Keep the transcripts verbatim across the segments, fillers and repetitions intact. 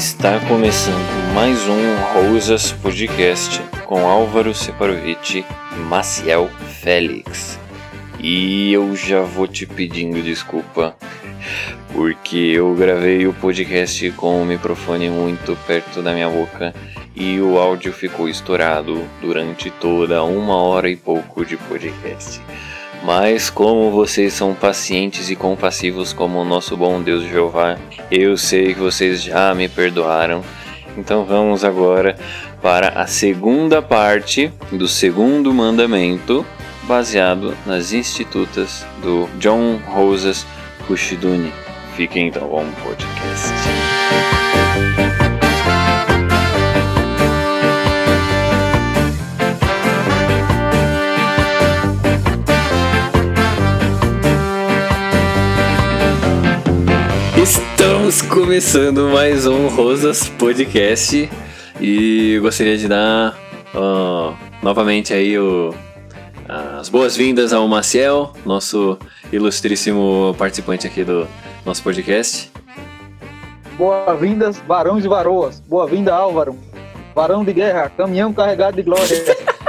Está começando mais um Rosas Podcast com Álvaro Separovic e Maciel Félix. E eu já vou te pedindo desculpa, porque eu gravei o podcast com o microfone muito perto da minha boca e o áudio ficou estourado durante toda uma hora e pouco de podcast. Mas como vocês são pacientes e compassivos como o nosso bom Deus Jeová, eu sei que vocês já me perdoaram. Então vamos agora para a segunda parte do segundo mandamento, baseado nas institutas do John Rosas Rushdoony. Fiquem então com o podcast. Estamos começando mais um Rosas Podcast e gostaria de dar uh, novamente aí o, as boas-vindas ao Maciel, nosso ilustríssimo participante aqui do nosso podcast. Boas-vindas, varões e varoas. Boa-vinda, Álvaro. Varão de guerra, caminhão carregado de glória.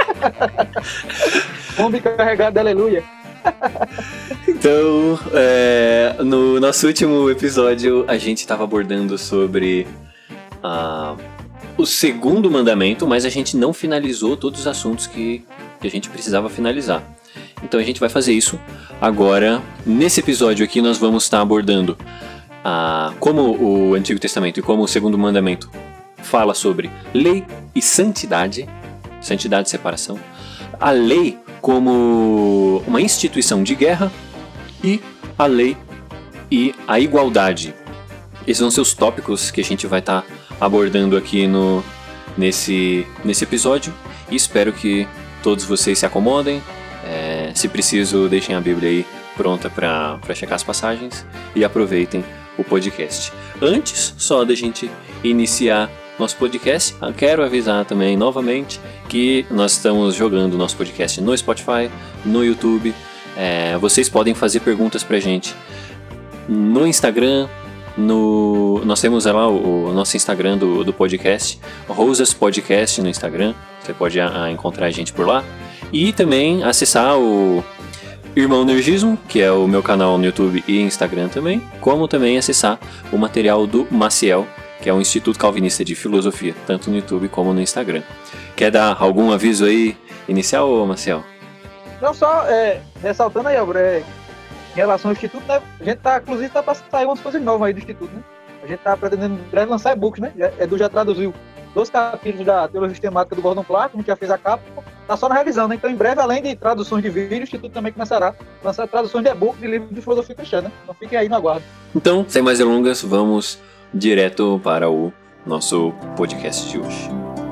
Bombe carregado de aleluia. Então, é, no nosso último episódio, a gente estava abordando sobre uh, o segundo mandamento, mas a gente não finalizou todos os assuntos que, que a gente precisava finalizar. Então a gente vai fazer isso agora. Nesse episódio aqui nós vamos estar abordando uh, como o Antigo Testamento e como o segundo mandamento fala sobre lei e santidade, santidade e separação, a lei como uma instituição de guerra e a lei e a igualdade. Esses vão ser os tópicos que a gente vai estar abordando aqui no, nesse, nesse episódio e espero que todos vocês se acomodem. É, se preciso, deixem a Bíblia aí pronta para checar as passagens e aproveitem o podcast. Antes só da gente iniciar nosso podcast, quero avisar também novamente que nós estamos jogando nosso podcast no Spotify, no YouTube. É, vocês podem fazer perguntas pra gente no Instagram, no, nós temos lá o, o nosso Instagram do, do podcast, Rosas Podcast no Instagram, você pode a, a encontrar a gente por lá. E também acessar o Irmão Nergismo, que é o meu canal no YouTube e Instagram também, como também acessar o material do Maciel, que é um Instituto Calvinista de Filosofia, tanto no YouTube como no Instagram. Quer dar algum aviso aí inicial, Maciel? Não, só é, ressaltando aí, Álvaro, é, em relação ao Instituto, né, a gente tá, inclusive, tá pra sair umas coisas novas aí do Instituto, né? A gente tá pretendendo em breve lançar e-books, né? Edu já traduziu dois capítulos da Teologia Sistemática do Gordon Clark, a gente já fez a capa, tá só na revisão, né? Então, em breve, além de traduções de vídeo, o Instituto também começará a lançar traduções de e-book de livros de filosofia cristã, né? Então, fiquem aí no aguardo. Então, sem mais delongas, vamos direto para o nosso podcast de hoje.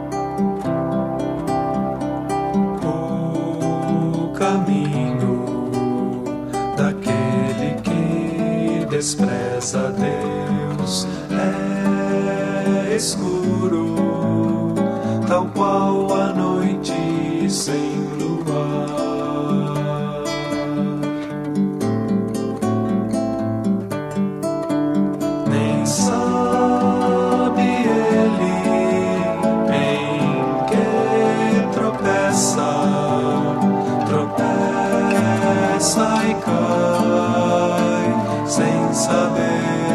O caminho daquele que despreza Deus é escuro, tal qual a noite sem luar. Nem sabe ele em que tropeça, tropeça e cai, sem saber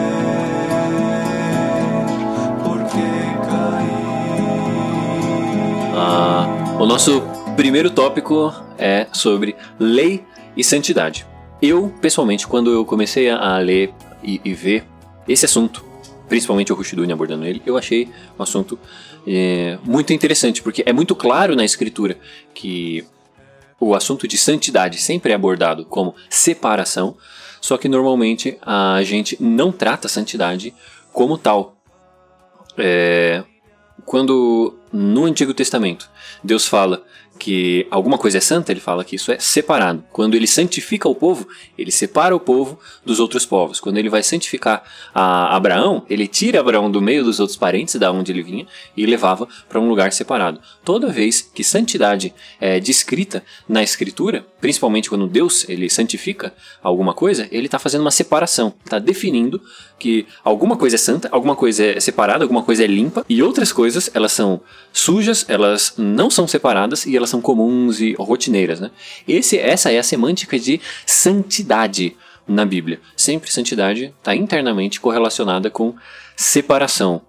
por que cair. Ah, o nosso primeiro tópico é sobre lei e santidade. Eu, pessoalmente, quando eu comecei a ler e, e ver esse assunto, principalmente o Rushdoony abordando ele, eu achei um assunto é, muito interessante, porque é muito claro na escritura que o assunto de santidade sempre é abordado como separação, só que normalmente a gente não trata a santidade como tal. É, quando no Antigo Testamento Deus fala que alguma coisa é santa, ele fala que isso é separado. Quando ele santifica o povo, ele separa o povo dos outros povos. Quando ele vai santificar a Abraão, ele tira Abraão do meio dos outros parentes, da onde ele vinha, e levava para um lugar separado. Toda vez que santidade é descrita na Escritura, principalmente quando Deus ele santifica alguma coisa, ele está fazendo uma separação, está definindo que alguma coisa é santa, alguma coisa é separada, alguma coisa é limpa, e outras coisas elas são sujas, elas não são separadas e elas são comuns e rotineiras, né? Esse, essa é a semântica de santidade na Bíblia. Sempre santidade está internamente correlacionada com separação.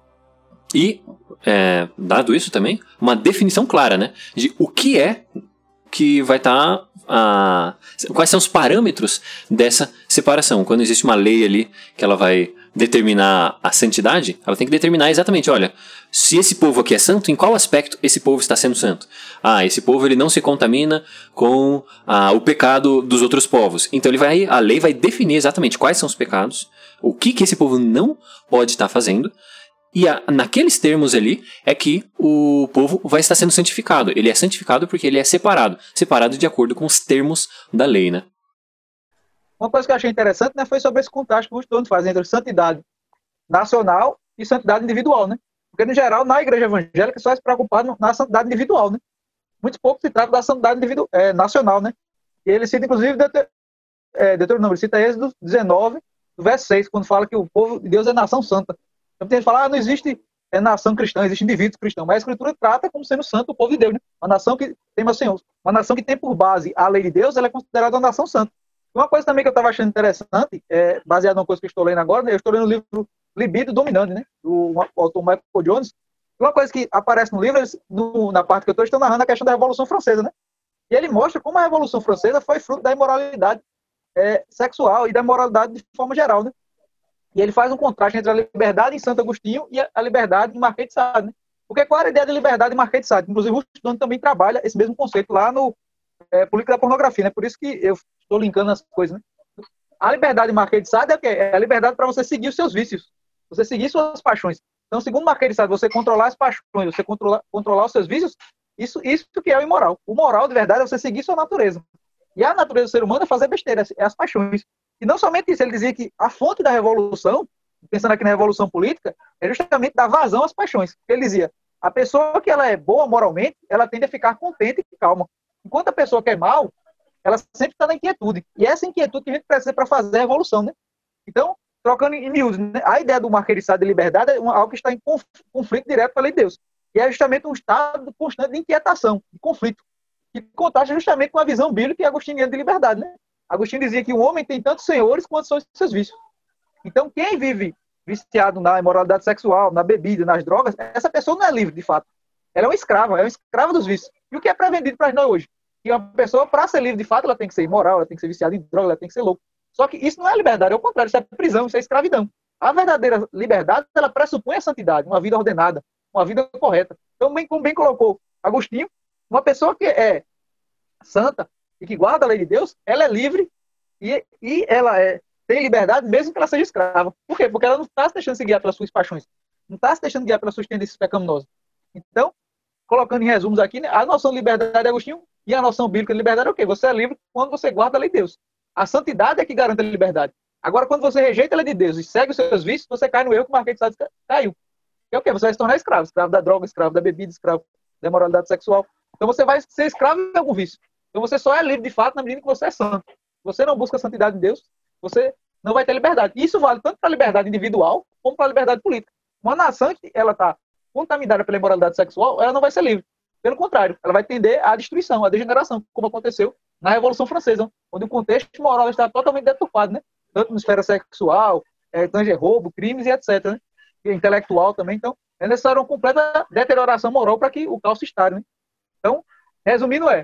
E, é, dado isso também, uma definição clara, né, de o que é que vai estar... Tá, a, quais são os parâmetros dessa separação. Quando existe uma lei ali que ela vai determinar a santidade, ela tem que determinar exatamente, olha, se esse povo aqui é santo, em qual aspecto esse povo está sendo santo? Ah, esse povo ele não se contamina com ah, o pecado dos outros povos. Então ele vai, a lei vai definir exatamente quais são os pecados, o que, que esse povo não pode estar fazendo. E a, naqueles termos ali é que o povo vai estar sendo santificado. Ele é santificado porque ele é separado. Separado de acordo com os termos da lei, né? Uma coisa que eu achei interessante, né, foi sobre esse contraste que o Estudante faz entre santidade nacional e santidade individual, né? Porque, no geral, na igreja evangélica só é se preocupar na santidade individual, né? Muito pouco se trata da santidade individu- é, nacional, né? E ele cita, inclusive, Deter, é, Deuteronômio, ele cita Êxodo dezenove, verso seis, quando fala que o povo de Deus é nação santa. Então tem gente que fala, ah, não existe é, nação cristã, existe indivíduos cristãos, mas a Escritura trata como sendo santo o povo de Deus, né? Uma nação que tem, meu Senhor, uma nação que tem por base a lei de Deus, ela é considerada uma nação santa. Uma coisa também que eu estava achando interessante, é, baseado numa coisa que eu estou lendo agora, né? Eu estou lendo o livro Libido Dominante, né? Do autor Michael Jones. Uma coisa que aparece no livro, no, na parte que eu estou, estou narrando a questão da Revolução Francesa, né? E ele mostra como a Revolução Francesa foi fruto da imoralidade é, sexual e da imoralidade de forma geral, né? E ele faz um contraste entre a liberdade em Santo Agostinho e a liberdade em Marquês de Sade, né? Porque qual era a ideia de liberdade em Marquês de Sade? Inclusive, o Estudante também trabalha esse mesmo conceito lá no é, Política da Pornografia, né? Por isso que eu estou linkando as coisas, né? A liberdade em Marquês de Sade é o quê? É a liberdade para você seguir os seus vícios, você seguir suas paixões. Então, segundo Marquês de Sade, você controlar as paixões, você controlar, controlar os seus vícios, isso, isso que é o imoral. O moral, de verdade, é você seguir sua natureza. E a natureza do ser humano é fazer besteira, é as paixões. E não somente isso, ele dizia que a fonte da revolução, pensando aqui na revolução política, é justamente dar vazão às paixões. Ele dizia, a pessoa que ela é boa moralmente, ela tende a ficar contente e calma. Enquanto a pessoa que é mal, ela sempre está na inquietude. E essa inquietude que a gente precisa para fazer a revolução, né? Então, trocando em miúdos, né? A ideia do Marquês de Sade de liberdade é algo que está em conflito direto com a lei de Deus. E é justamente um estado constante de inquietação, de conflito, que contrasta justamente com a visão bíblica e agostiniana de liberdade, né? Agostinho dizia que o homem tem tantos senhores quanto são os seus vícios. Então, quem vive viciado na imoralidade sexual, na bebida, nas drogas, essa pessoa não é livre, de fato. Ela é uma escrava, é uma escrava dos vícios. E o que é prevendido para nós hoje? Que uma pessoa, para ser livre, de fato, ela tem que ser imoral, ela tem que ser viciada em droga, ela tem que ser louca. Só que isso não é liberdade, é o contrário, isso é prisão, isso é escravidão. A verdadeira liberdade, ela pressupõe a santidade, uma vida ordenada, uma vida correta. Então, bem, como bem colocou Agostinho, uma pessoa que é santa e que guarda a lei de Deus, ela é livre e, e ela é, tem liberdade mesmo que ela seja escrava. Por quê? Porque ela não está se deixando se guiar pelas suas paixões, não está se deixando guiar pelas suas tendências pecaminosas. Então, colocando em resumos aqui, né, a noção de liberdade de Agostinho e a noção bíblica de liberdade é o quê? Você é livre quando você guarda a lei de Deus. A santidade é que garante a liberdade. Agora, quando você rejeita a lei de Deus e segue os seus vícios, você cai no erro que o Marquês de Sade caiu. É o quê? Você vai se tornar escravo. Escravo da droga, escravo da bebida, escravo da imoralidade sexual. Então você vai ser escravo de algum vício. Então você só é livre de fato na medida que você é santo. Se você não busca a santidade de Deus, você não vai ter liberdade. E isso vale tanto para a liberdade individual como para a liberdade política. Uma nação que ela está contaminada pela imoralidade sexual, ela não vai ser livre. Pelo contrário, ela vai tender à destruição, à degeneração, como aconteceu na Revolução Francesa, onde o contexto moral está totalmente deturpado, né? Tanto na esfera sexual, é, tange roubo, crimes e etcétera, né? E intelectual também. Então, é necessário uma completa deterioração moral para que o caos se instale, né? Então, resumindo é,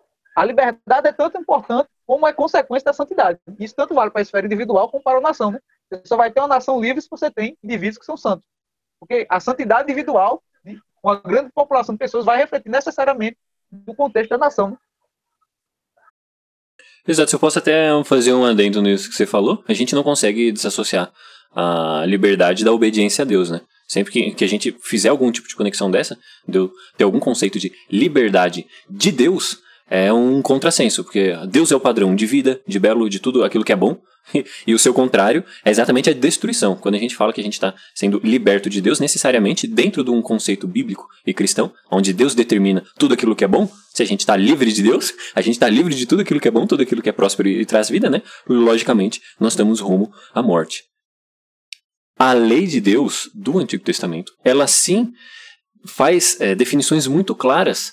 a liberdade é tanto importante como é consequência da santidade. Isso tanto vale para a esfera individual como para a nação, né? Você só vai ter uma nação livre se você tem indivíduos que são santos. Porque a santidade individual, uma grande população de pessoas, vai refletir necessariamente no contexto da nação, né? Exato, se eu posso até fazer um adendo nisso que você falou, a gente não consegue desassociar a liberdade da obediência a Deus, né? Sempre que, que a gente fizer algum tipo de conexão dessa, de eu ter algum conceito de liberdade de Deus, é um contrassenso, porque Deus é o padrão de vida, de belo, de tudo aquilo que é bom, e o seu contrário é exatamente a destruição. Quando a gente fala que a gente está sendo liberto de Deus, necessariamente dentro de um conceito bíblico e cristão, onde Deus determina tudo aquilo que é bom, se a gente está livre de Deus, a gente está livre de tudo aquilo que é bom, tudo aquilo que é próspero e traz vida, né? Logicamente, nós estamos rumo à morte. A lei de Deus do Antigo Testamento, ela sim faz é, definições muito claras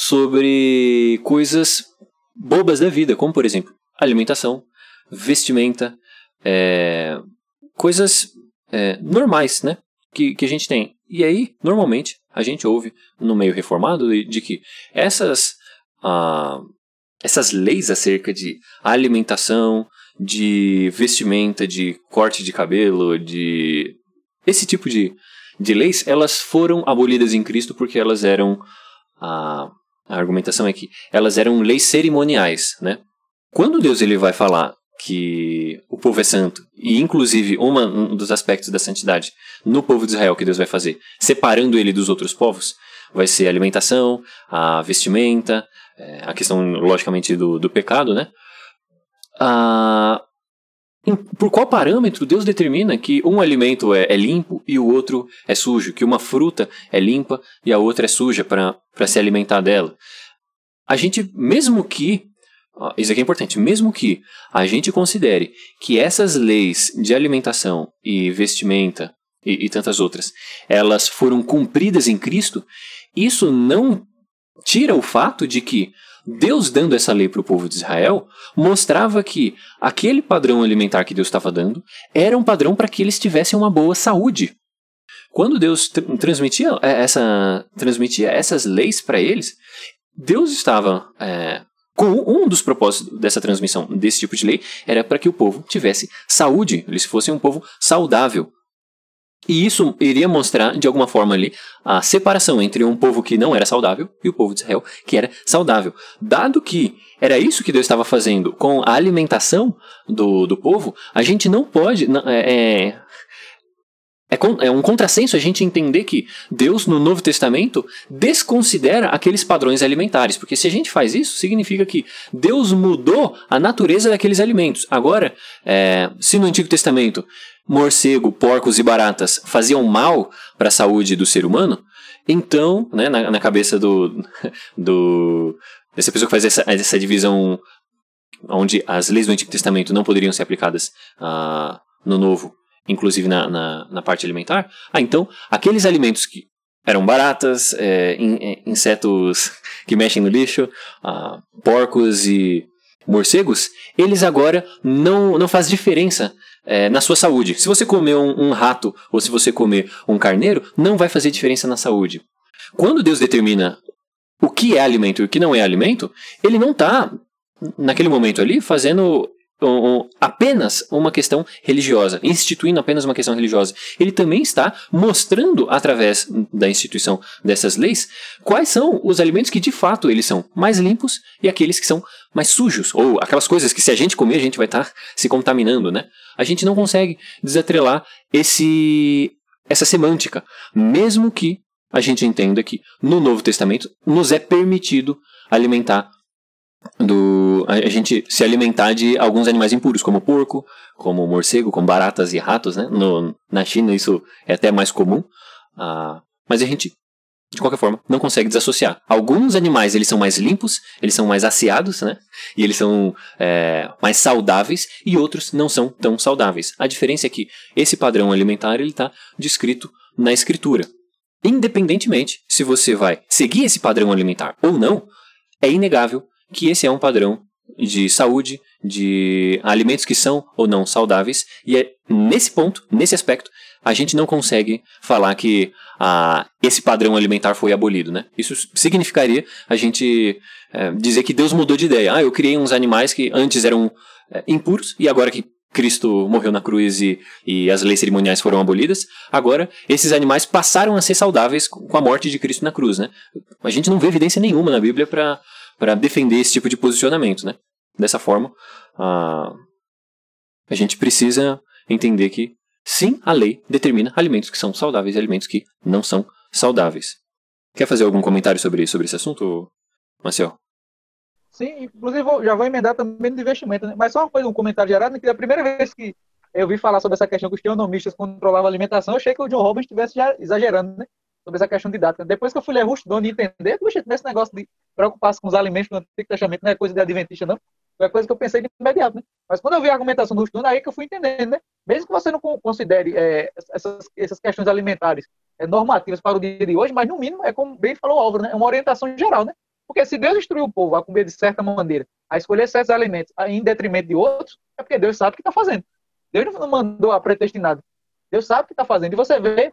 sobre coisas bobas da vida, como por exemplo, alimentação, vestimenta, é, coisas é, normais, né, que, que a gente tem. E aí, normalmente, a gente ouve no meio reformado de, de que essas, ah, essas leis acerca de alimentação, de vestimenta, de corte de cabelo, de esse tipo de, de leis, elas foram abolidas em Cristo porque elas eram, a, a argumentação é que elas eram leis cerimoniais, né? Quando Deus ele vai falar que o povo é santo, e inclusive uma, um dos aspectos da santidade no povo de Israel que Deus vai fazer, separando ele dos outros povos, vai ser a alimentação, a vestimenta, a questão logicamente do, do pecado, né? Ah, por qual parâmetro Deus determina que um alimento é, é limpo e o outro é sujo, que uma fruta é limpa e a outra é suja para se alimentar dela? A gente, mesmo que, ó, isso aqui é importante, mesmo que a gente considere que essas leis de alimentação e vestimenta e, e tantas outras, elas foram cumpridas em Cristo, isso não tira o fato de que Deus dando essa lei para o povo de Israel mostrava que aquele padrão alimentar que Deus estava dando era um padrão para que eles tivessem uma boa saúde. Quando Deus tr- transmitia, essa, transmitia essas leis para eles, Deus estava é, com um dos propósitos dessa transmissão desse tipo de lei era para que o povo tivesse saúde, eles fossem um povo saudável. E isso iria mostrar, de alguma forma ali, a separação entre um povo que não era saudável e o povo de Israel que era saudável. Dado que era isso que Deus estava fazendo com a alimentação do, do povo, a gente não pode... É, é, é um contrassenso a gente entender que Deus, no Novo Testamento, desconsidera aqueles padrões alimentares. Porque se a gente faz isso, significa que Deus mudou a natureza daqueles alimentos. Agora, é, se no Antigo Testamento morcego, porcos e baratas faziam mal para a saúde do ser humano, então, né, na, na cabeça do, do dessa pessoa que faz essa, essa divisão onde as leis do Antigo Testamento não poderiam ser aplicadas uh, no Novo, inclusive na, na, na parte alimentar, ah, então aqueles alimentos que eram baratas, é, in, insetos que mexem no lixo, uh, porcos e morcegos, eles agora não, não faz diferença É, na sua saúde. Se você comer um, um rato ou se você comer um carneiro, não vai fazer diferença na saúde. Quando Deus determina o que é alimento e o que não é alimento, ele não está, naquele momento ali, fazendo um, um, apenas uma questão religiosa, instituindo apenas uma questão religiosa. Ele também está mostrando, através da instituição dessas leis, quais são os alimentos que de fato eles são mais limpos e aqueles que são mais sujos, ou aquelas coisas que se a gente comer a gente vai estar se contaminando, né? A gente não consegue desatrelar esse, essa semântica, mesmo que a gente entenda que no Novo Testamento nos é permitido alimentar do, a gente se alimentar de alguns animais impuros, como porco, como morcego, como baratas e ratos, né? No, na China isso é até mais comum, ah, mas a gente, de qualquer forma, não consegue desassociar. Alguns animais eles são mais limpos, eles são mais asseados, né? E eles são é, mais saudáveis, e outros não são tão saudáveis. A diferença é que esse padrão alimentar está descrito na Escritura. Independentemente se você vai seguir esse padrão alimentar ou não, é inegável que esse é um padrão de saúde, de alimentos que são ou não saudáveis, e é nesse ponto, nesse aspecto, a gente não consegue falar que ah, esse padrão alimentar foi abolido, né? Isso significaria a gente é, dizer que Deus mudou de ideia. Ah, eu criei uns animais que antes eram é, impuros, e agora que Cristo morreu na cruz e, e as leis cerimoniais foram abolidas, agora esses animais passaram a ser saudáveis com a morte de Cristo na cruz, né? A gente não vê evidência nenhuma na Bíblia para para defender esse tipo de posicionamento, né? Dessa forma, ah, a gente precisa entender que sim, a lei determina alimentos que são saudáveis e alimentos que não são saudáveis. Quer fazer algum comentário sobre, sobre esse assunto, Marcel? Sim, inclusive vou, já vou emendar também no investimento, né? Mas só uma coisa, um comentário geral, né? Que a primeira vez que eu vi falar sobre essa questão que os teonomistas controlavam a alimentação, eu achei que o John Robbins estivesse já exagerando, né? Sobre essa questão didática. Depois que eu fui ler Rushdon e entender, puxa, nesse negócio de preocupar-se com os alimentos no Antigo Testamento não é coisa de adventista, não. Foi a coisa que eu pensei de imediato, né? Mas quando eu vi a argumentação do Rushdon, aí que eu fui entendendo, né? Mesmo que você não considere é, essas, essas questões alimentares é, normativas para o dia de hoje, mas no mínimo, é como bem falou o Álvaro, né? É uma orientação geral, né? Porque se Deus instruiu o povo a comer de certa maneira, a escolher certos alimentos em detrimento de outros, é porque Deus sabe o que está fazendo. Deus não mandou a predestinado. Deus sabe o que está fazendo. E você vê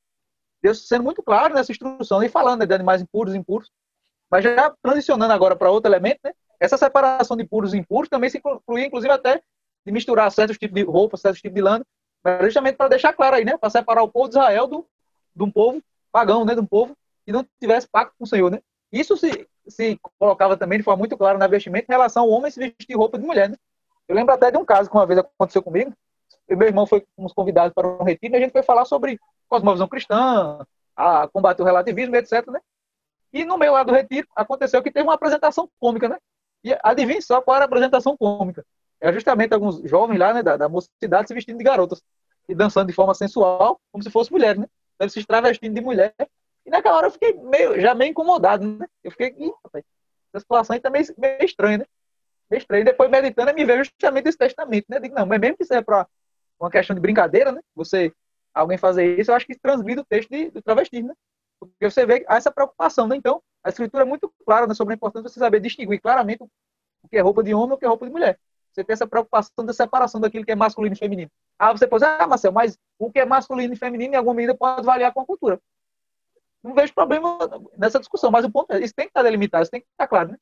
Deus sendo muito claro nessa instrução e falando, né, de animais impuros e impuros. Mas já transicionando agora para outro elemento, né, essa separação de puros e impuros também se inclui, inclusive, até de misturar certos tipos de roupa, certos tipos de lã, mas justamente para deixar claro aí, né, para separar o povo de Israel do, de um povo pagão, né, de um povo que não tivesse pacto com o Senhor, né. Isso se, se colocava também de forma muito clara na vestimenta em relação ao homem se vestir de roupa de mulher, né. Eu lembro até de um caso que uma vez aconteceu comigo. E meu irmão foi uns convidados para um retiro e a gente foi falar sobre cosmovisão cristã, a combater o relativismo, etcétera, né? E no meio lá do retiro aconteceu que teve uma apresentação cômica, né? E adivinhe só qual era a apresentação cômica. Era justamente alguns jovens lá, né, da, da mocidade se vestindo de garotas e dançando de forma sensual, como se fosse mulher, né? Então, eles se travestindo de mulher. E naquela hora eu fiquei meio, já meio incomodado, né? Eu fiquei, ih, rapaz, essa situação aí tá meio, meio estranha, né? Meio estranha. E depois meditando, eu me vejo justamente esse testamento, né? Digo, não, mas mesmo que isso é para uma questão de brincadeira, né? Você, alguém fazer isso, eu acho que transgride o texto de, do travestismo, né? Porque você vê essa preocupação, né? Então, a escritura é muito clara, né, sobre a importância de você saber distinguir claramente o que é roupa de homem e o que é roupa de mulher. Você tem essa preocupação da separação daquilo que é masculino e feminino. Ah, você pode dizer, ah, Marcelo, mas o que é masculino e feminino, em alguma medida, pode variar com a cultura. Não vejo problema nessa discussão, mas o ponto é, isso tem que estar delimitado, isso tem que estar claro, né?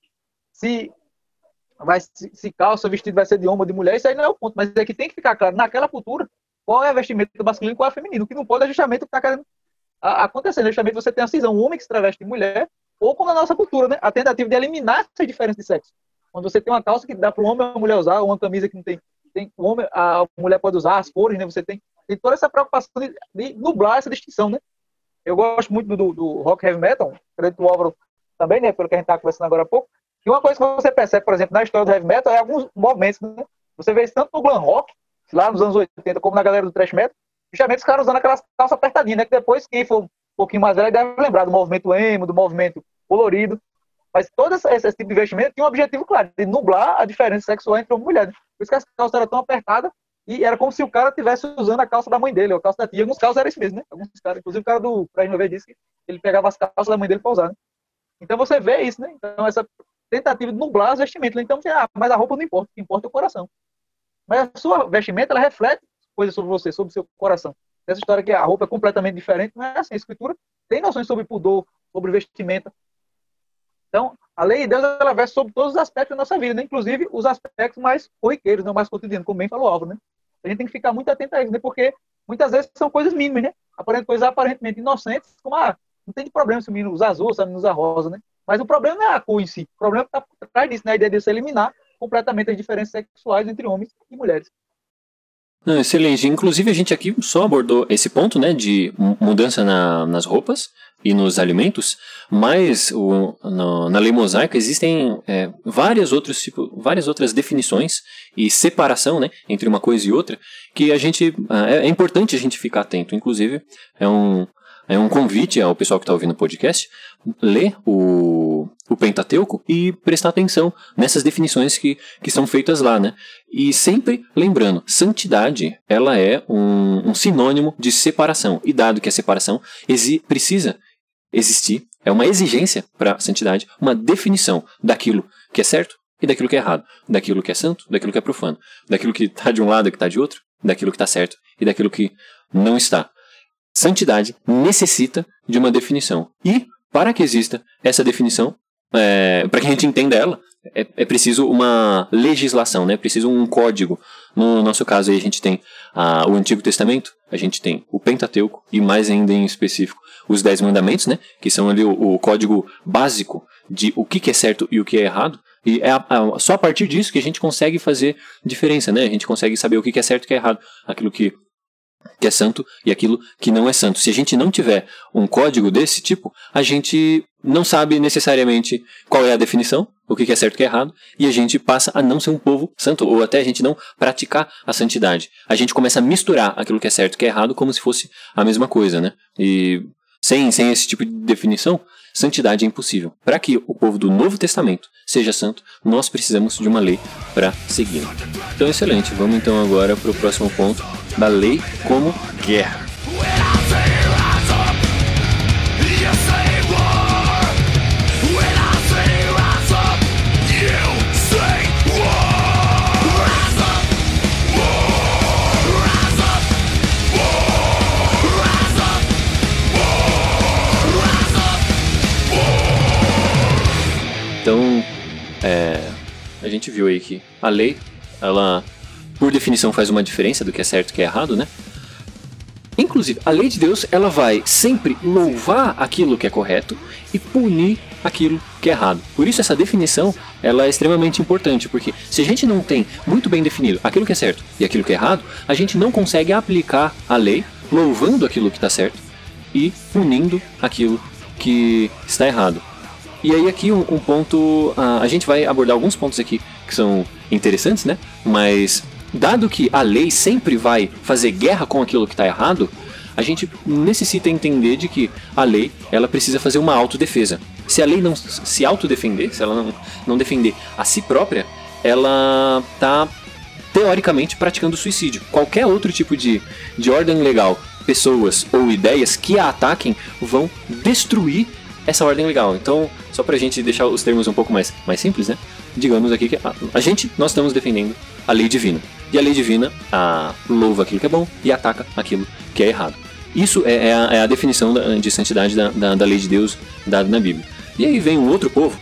Se Vai, se, se calça, vestido vai ser de homem ou de mulher, isso aí não é o ponto, mas é que tem que ficar claro, naquela cultura, qual é a vestimenta do masculino e qual é a feminina. O que não pode é justamente o que está querendo acontecer, justamente você tem a cisão, um homem que se traveste de mulher, ou como na nossa cultura, né, a tentativa de eliminar essa diferença de sexo. Quando você tem uma calça que dá para o homem ou a mulher usar, ou uma camisa que não tem, tem o homem, a mulher pode usar, as cores, né, você tem, tem toda essa preocupação de, de nublar essa distinção, né. Eu gosto muito do, do rock heavy metal, acredito o Álvaro também, né, pelo que a gente está conversando agora há pouco. E uma coisa que você percebe, por exemplo, na história do heavy metal é alguns movimentos, né? Você vê isso tanto no glam rock, lá nos anos oitenta, como na galera do thrash metal, justamente os caras usando aquelas calças apertadinhas, né? Que depois, quem for um pouquinho mais velho, deve lembrar do movimento emo, do movimento colorido. Mas todo esse, esse tipo de investimento tinha um objetivo claro, de nublar a diferença sexual entre homem e mulher. Por isso que as calças eram tão apertadas e era como se o cara estivesse usando a calça da mãe dele, ou a calça da tia. Alguns casos era isso mesmo, né? Alguns caras, inclusive o cara do Fred uma vez disse que ele pegava as calças da mãe dele para usar, né? Então você vê isso, né? Então essa tentativa de nublar as vestimentas. Então, ah, mas a roupa não importa, o que importa é o coração. Mas a sua vestimenta, ela reflete coisas sobre você, sobre o seu coração. Essa história que a roupa é completamente diferente, não é assim. A escritura tem noções sobre pudor, sobre vestimenta. Então, a lei de Deus, ela versa sobre todos os aspectos da nossa vida, né? Inclusive os aspectos mais corriqueiros, não mais cotidianos, como bem falou o Álvaro, né? A gente tem que ficar muito atento a isso, né? Porque muitas vezes são coisas mínimas, né? Aparentemente, coisas aparentemente inocentes, como, ah, não tem problema se o menino usar azul, se o menino usar rosa, né? Mas o problema não é a cor em si. O problema está por trás disso, né? A ideia de você eliminar completamente as diferenças sexuais entre homens e mulheres. Não, excelente. Inclusive, a gente aqui só abordou esse ponto, né, de mudança na, nas roupas e nos alimentos, mas o, no, na lei mosaica existem é, várias, outros, tipo, várias outras definições e separação, né, entre uma coisa e outra, que a gente, é, é importante a gente ficar atento. Inclusive, é um... É um convite ao pessoal que está ouvindo o podcast ler o, o Pentateuco e prestar atenção nessas definições que, que são feitas lá, né? E sempre lembrando, santidade, ela é um, um sinônimo de separação. E dado que a separação exi- precisa existir, é uma exigência para a santidade, uma definição daquilo que é certo e daquilo que é errado, daquilo que é santo, daquilo que é profano, daquilo que está de um lado e que está de outro, daquilo que está certo e daquilo que não está. Santidade necessita de uma definição. E, para que exista essa definição, é, para que a gente entenda ela, é, é preciso uma legislação, né? É preciso um código. No nosso caso, aí, a gente tem ah, o Antigo Testamento, a gente tem o Pentateuco, e mais ainda em específico, os Dez Mandamentos, né? Que são ali o, o código básico de o que, que é certo e o que é errado. E é a, a, só a partir disso que a gente consegue fazer diferença, né? A gente consegue saber o que, que é certo e o que é errado. Aquilo que que é santo e aquilo que não é santo. Se a gente não tiver um código desse tipo, a gente não sabe necessariamente qual é a definição, o que é certo e o que é errado, e a gente passa a não ser um povo santo, ou até a gente não praticar a santidade. A gente começa a misturar aquilo que é certo e que é errado como se fosse a mesma coisa, né? E sem, sem esse tipo de definição, santidade é impossível. Para que o povo do Novo Testamento seja santo, nós precisamos de uma lei para seguir. Então, excelente. Vamos então agora para o próximo ponto da lei como guerra. Então, é, a gente viu aí que a lei, ela, por definição, faz uma diferença do que é certo e que é errado, né? Inclusive, a lei de Deus, ela vai sempre louvar aquilo que é correto e punir aquilo que é errado. Por isso, essa definição, ela é extremamente importante, porque se a gente não tem muito bem definido aquilo que é certo e aquilo que é errado, a gente não consegue aplicar a lei louvando aquilo que está certo e punindo aquilo que está errado. E aí aqui um, um ponto, uh, a gente vai abordar alguns pontos aqui que são interessantes, né? Mas dado que a lei sempre vai fazer guerra com aquilo que está errado, a gente necessita entender de que a lei, ela precisa fazer uma autodefesa. Se a lei não se autodefender, se ela não, não defender a si própria, ela está teoricamente praticando suicídio. Qualquer outro tipo de, de ordem legal, pessoas ou ideias que a ataquem vão destruir essa ordem legal. Então, só pra gente deixar os termos um pouco mais, mais simples, né? Digamos aqui que a, a gente, nós estamos defendendo a lei divina. E a lei divina a, louva aquilo que é bom e ataca aquilo que é errado. Isso é, é, a, é a definição da, de santidade da, da, da lei de Deus dada na Bíblia. E aí vem um outro povo,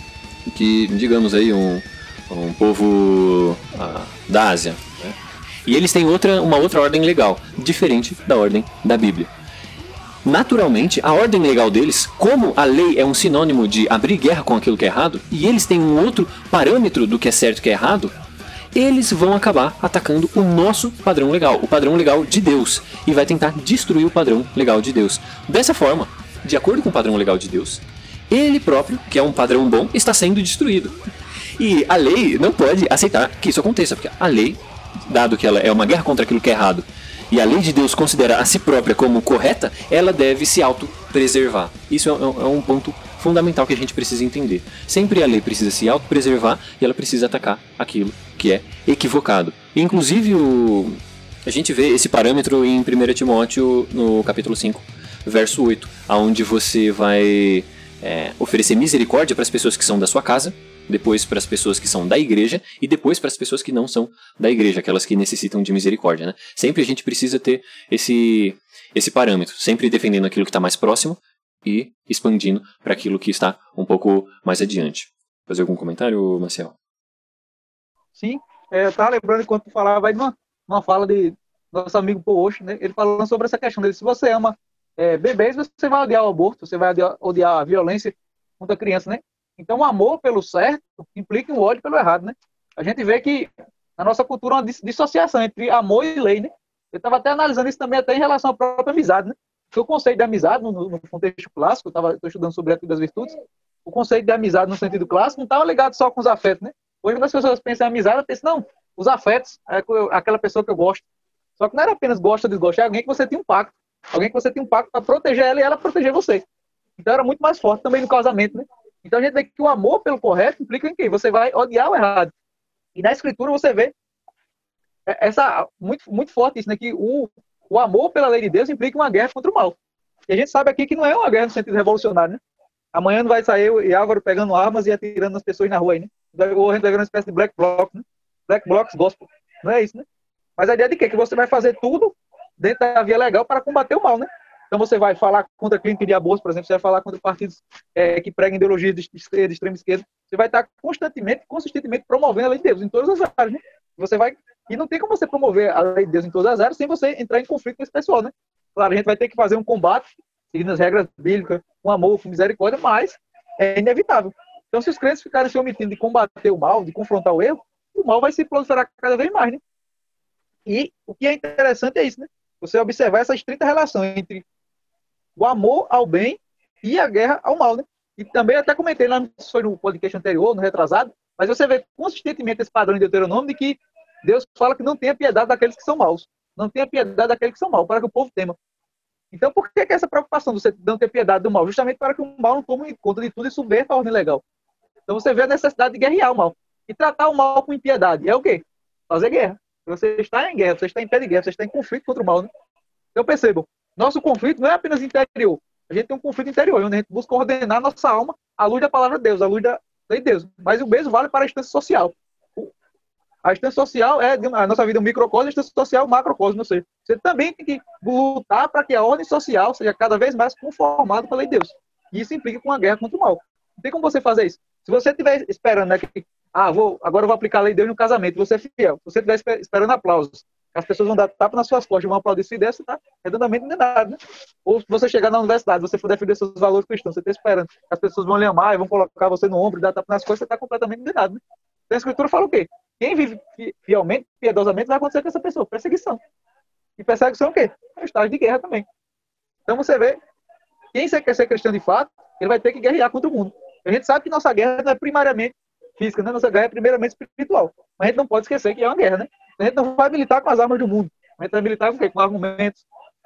que, digamos aí, um, um povo ah, da Ásia, né? E eles têm outra, uma outra ordem legal, diferente da ordem da Bíblia. Naturalmente, a ordem legal deles, como a lei é um sinônimo de abrir guerra com aquilo que é errado, e eles têm um outro parâmetro do que é certo e que é errado, eles vão acabar atacando o nosso padrão legal, o padrão legal de Deus, e vai tentar destruir o padrão legal de Deus. Dessa forma, de acordo com o padrão legal de Deus, ele próprio, que é um padrão bom, está sendo destruído. E a lei não pode aceitar que isso aconteça, porque a lei, dado que ela é uma guerra contra aquilo que é errado, e a lei de Deus considera a si própria como correta, ela deve se autopreservar. Isso é um ponto fundamental que a gente precisa entender. Sempre a lei precisa se autopreservar e ela precisa atacar aquilo que é equivocado. E, inclusive, o... a gente vê esse parâmetro em primeiro Timóteo, no capítulo cinco, verso oito, onde você vai é, oferecer misericórdia para as pessoas que são da sua casa, depois para as pessoas que são da igreja e depois para as pessoas que não são da igreja, aquelas que necessitam de misericórdia, né? Sempre a gente precisa ter esse, esse parâmetro, sempre defendendo aquilo que está mais próximo e expandindo para aquilo que está um pouco mais adiante. Fazer algum comentário, Marcel? Sim, é, eu estava lembrando enquanto tu falava aí de uma, uma fala de nosso amigo Paul Osh, né? Ele falando sobre essa questão dele. Se você ama é, bebês, você vai odiar o aborto, você vai odiar, odiar a violência contra a criança, né? Então, o amor pelo certo implica o ódio pelo errado, né? A gente vê que na nossa cultura há uma dissociação entre amor e lei, né? Eu estava até analisando isso também até em relação à própria amizade, né? Porque o conceito de amizade, no, no contexto clássico, eu estou estudando sobre a ética das virtudes, o conceito de amizade no sentido clássico não estava ligado só com os afetos, né? Hoje, quando as pessoas pensam em amizade, pensam, não, os afetos é aquela pessoa que eu gosto. Só que não era apenas gosta ou desgosta, é alguém que você tem um pacto. Alguém que você tem um pacto para proteger ela e ela proteger você. Então, era muito mais forte também no casamento, né? Então a gente vê que o amor pelo correto implica em quê? Você vai odiar o errado. E na escritura você vê essa, muito, muito forte isso, né? Que o, o amor pela lei de Deus implica uma guerra contra o mal. E a gente sabe aqui que não é uma guerra no sentido revolucionário, né? Amanhã não vai sair eu e Álvaro pegando armas e atirando nas pessoas na rua aí, né? Ou a gente vai ver uma espécie de black bloc, né? Black blocs gospel. Não é isso, né? Mas a ideia de quê? Que você vai fazer tudo dentro da via legal para combater o mal, né? Então você vai falar contra a clínica de aborto, por exemplo, você vai falar contra partidos é, que pregam ideologia de, de extrema esquerda, você vai estar constantemente, consistentemente promovendo a lei de Deus em todas as áreas, né? Você vai, e não tem como você promover a lei de Deus em todas as áreas sem você entrar em conflito com esse pessoal, né? Claro, a gente vai ter que fazer um combate, seguindo as regras bíblicas, com amor, com misericórdia, mas é inevitável. Então se os crentes ficarem se omitindo de combater o mal, de confrontar o erro, o mal vai se proliferar cada vez mais, né? E o que é interessante é isso, né? você observar essas trinta relações entre o amor ao bem e a guerra ao mal, né? E também até comentei lá, não sei se foi no podcast anterior, no retrasado, mas você vê consistentemente esse padrão em Deuteronômio de que Deus fala que não tenha piedade daqueles que são maus. Não tenha piedade daqueles que são maus, para que o povo tema. Então, por que, que essa preocupação de você não ter piedade do mal? Justamente para que o mal não tome conta de tudo e subverta a ordem legal. Então, você vê a necessidade de guerrear o mal. E tratar o mal com impiedade é o quê? Fazer guerra. Você está em guerra, você está em pé de guerra, você está em conflito contra o mal, né? Então, percebam, nosso conflito não é apenas interior. A gente tem um conflito interior, onde a gente busca ordenar nossa alma à luz da palavra de Deus, à luz da lei de Deus. Mas o mesmo vale para a instância social. A instância social é, a nossa vida é um microcosmo, a instância social é um macrocosmo. Ou seja, você também tem que lutar para que a ordem social seja cada vez mais conformada pela lei de Deus. E isso implica com a guerra contra o mal. Não tem como você fazer isso. Se você estiver esperando, né, que ah, vou, agora eu vou aplicar a lei de Deus no casamento, você é fiel. Se você estiver esperando aplausos, as pessoas vão dar tapa nas suas costas, vão aplaudir se der, você está redondamente enganado, né? Ou se você chegar na universidade, você for defender seus valores cristãos, você está esperando que as pessoas vão lhe amar e vão colocar você no ombro e dar tapa nas costas, você está completamente enganado, né? Então a Escritura fala o quê? Quem vive fielmente, piedosamente, vai acontecer com essa pessoa? Perseguição. E perseguição é o quê? É um estágio de guerra também. Então você vê, quem quer ser cristão de fato, ele vai ter que guerrear contra o mundo. A gente sabe que nossa guerra não é primariamente física, né? Nossa guerra é primeiramente espiritual. Mas a gente não pode esquecer que é uma guerra, né? A gente não vai militar com as armas do mundo. A gente vai militar com o quê? Com argumentos,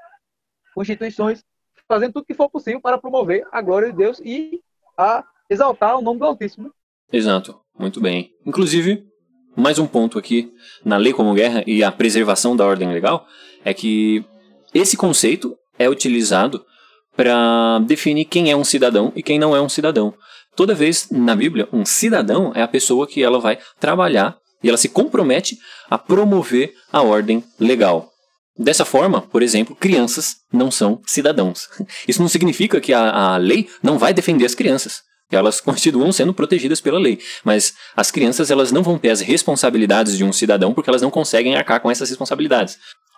com instituições, fazendo tudo que for possível para promover a glória de Deus e a exaltar o nome do Altíssimo. Exato, muito bem. Inclusive, mais um ponto aqui na lei como guerra e a preservação da ordem legal é que esse conceito é utilizado para definir quem é um cidadão e quem não é um cidadão. Toda vez na Bíblia, um cidadão é a pessoa que ela vai trabalhar e ela se compromete a promover a ordem legal. Dessa forma, por exemplo, crianças não são cidadãos. Isso não significa que a, a lei não vai defender as crianças. Elas continuam sendo protegidas pela lei. Mas as crianças elas não vão ter as responsabilidades de um cidadão porque elas não conseguem arcar com essas responsabilidades.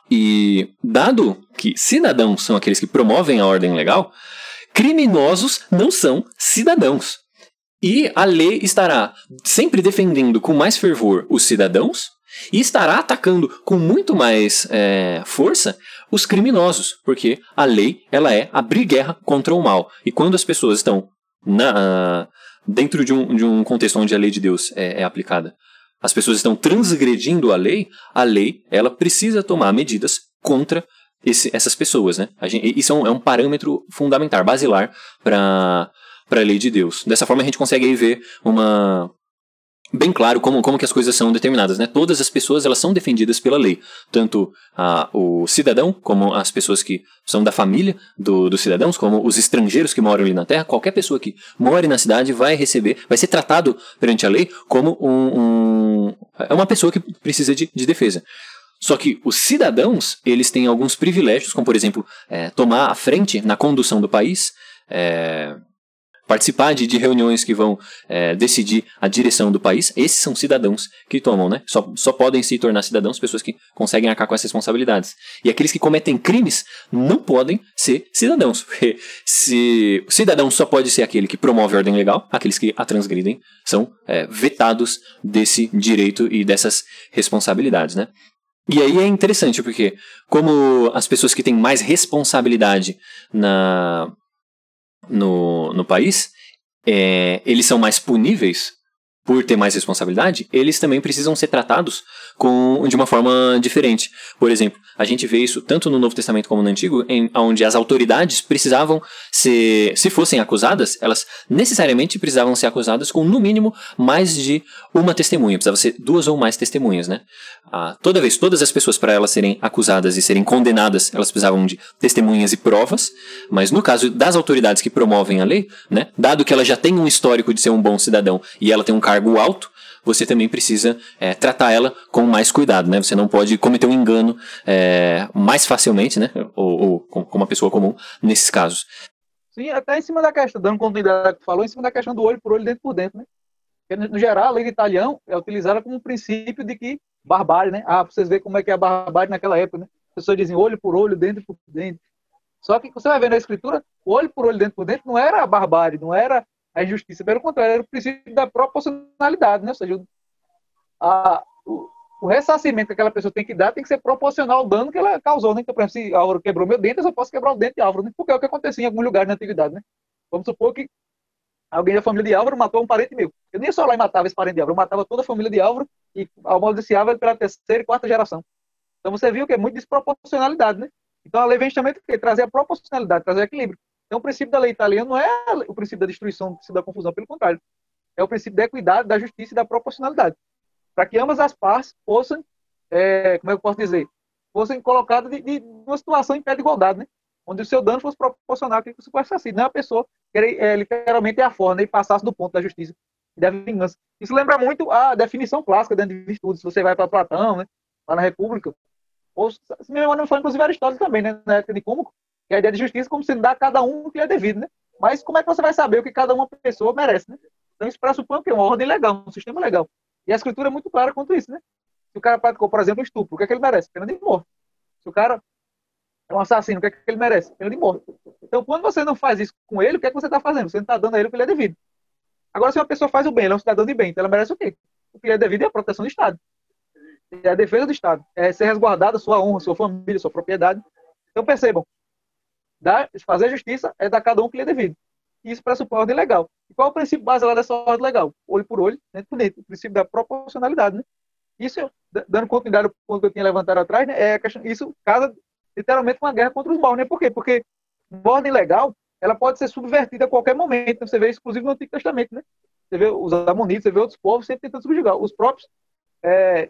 E dado que cidadãos são aqueles que promovem a ordem legal, criminosos não são cidadãos. E a lei estará sempre defendendo com mais fervor os cidadãos e estará atacando com muito mais é, força os criminosos, porque a lei ela é abrir guerra contra o mal. E quando as pessoas estão na, dentro de um, de um contexto onde a lei de Deus é, é aplicada, as pessoas estão transgredindo a lei, a lei ela precisa tomar medidas contra esse, essas pessoas. Né? A gente, isso é um, é um parâmetro fundamental, basilar para para a lei de Deus. Dessa forma a gente consegue aí ver uma bem claro como, como que as coisas são determinadas, né? Todas as pessoas elas são defendidas pela lei, tanto ah, o cidadão como as pessoas que são da família do, dos cidadãos, como os estrangeiros que moram ali na terra. Qualquer pessoa que mora na cidade vai receber, vai ser tratado perante a lei como um, um é uma pessoa que precisa de, de defesa. Só que os cidadãos eles têm alguns privilégios, como por exemplo é, tomar a frente na condução do país, é, participar de, de reuniões que vão é, decidir a direção do país. Esses são cidadãos que tomam, né? Só, só podem se tornar cidadãos pessoas que conseguem arcar com essas responsabilidades. E aqueles que cometem crimes não podem ser cidadãos. Porque se o cidadão só pode ser aquele que promove a ordem legal, aqueles que a transgridem são é, vetados desse direito e dessas responsabilidades, né? E aí é interessante porque como as pessoas que têm mais responsabilidade na... No, no país, é, eles são mais puníveis por ter mais responsabilidade, eles também precisam ser tratados com, de uma forma diferente. Por exemplo, a gente vê isso tanto no Novo Testamento como no Antigo, em, onde as autoridades precisavam ser, se fossem acusadas, elas necessariamente precisavam ser acusadas com, no mínimo, mais de uma testemunha. Precisava ser duas ou mais testemunhas, né? Ah, toda vez, todas as pessoas, para elas serem acusadas e serem condenadas, elas precisavam de testemunhas e provas, mas no caso das autoridades que promovem a lei, né, dado que ela já tem um histórico de ser um bom cidadão e ela tem um cargo alto, você também precisa é, tratar ela com mais cuidado, né? Você não pode cometer um engano é, mais facilmente, né? Ou, ou com uma pessoa comum nesses casos. Sim, até em cima da questão, dando continuidade que tu falou, em cima da questão do olho por olho, dentro por dentro, né? Porque, no geral, a lei de Italião é utilizada como um princípio de que barbárie, né? Ah, pra vocês verem como é que é a barbárie naquela época, né? As pessoas dizem olho por olho, dentro por dentro. Só que você vai ver na escritura, olho por olho, dentro por dentro, não era a barbárie, não era a injustiça, pelo contrário, era o princípio da proporcionalidade, né? Ou seja, a, o, o ressarcimento que aquela pessoa tem que dar tem que ser proporcional ao dano que ela causou, né? Então, por exemplo, se Álvaro quebrou meu dente, eu só posso quebrar o dente de Álvaro, né? Porque é o que acontecia em algum lugar na antiguidade, né? Vamos supor que alguém da família de Álvaro matou um parente meu. Eu nem só lá e matava esse parente de Álvaro, eu matava toda a família de Álvaro e amaldiçoava ele pela terceira e quarta geração. Então você viu que é muito desproporcionalidade, né? Então a lei vem justamente trazer a proporcionalidade, trazer equilíbrio. Então o princípio da lei italiana não é o princípio da destruição, o princípio da confusão, pelo contrário. É o princípio da equidade, da justiça e da proporcionalidade. Para que ambas as partes fossem, é, como é que eu posso dizer, fossem colocadas de, de uma situação em pé de igualdade, né? Onde o seu dano fosse proporcional ao que você fosse assassino. Não é a pessoa que é, literalmente é a forma, né? E passasse do ponto da justiça e da vingança. Isso lembra muito a definição clássica dentro de virtude. Se você vai para Platão, né? Lá na República, ou se me memória não foi, inclusive Aristóteles também, né? Na época de Cômaco, que é a ideia de justiça como sendo dar a cada um o que lhe é devido, né? Mas como é que você vai saber o que cada uma pessoa merece, né? Então isso pressupõe o quê? Uma ordem legal, um sistema legal. E a escritura é muito clara quanto isso, né? Se o cara praticou, por exemplo, um estupro, o que é que ele merece? Pena de morte. Se o cara é um assassino, o que é que ele merece? Pena de morte. Então, quando você não faz isso com ele, o que é que você está fazendo? Você não está dando a ele o que lhe é devido. Agora, se uma pessoa faz o bem, ela é um cidadão de bem, então ela merece o quê? O que lhe é devido é a proteção do Estado. É a defesa do Estado. É ser resguardada sua honra, sua família, sua propriedade. Então, percebam. Dar, fazer justiça é dar a cada um o que lhe é devido. E isso pressupõe ordem legal. E qual é o princípio base lá dessa ordem legal? Olho por olho, dentro por dentro. O princípio da proporcionalidade, né? Isso, dando continuidade ao ponto que eu tinha levantado atrás, né? É a questão, isso casa literalmente uma guerra contra os maus, né? Por quê? Porque uma ordem legal, ela pode ser subvertida a qualquer momento. Você vê isso, inclusive, no Antigo Testamento, né? Você vê os amonitas, você vê outros povos sempre tentando subjugar. Os próprios, é,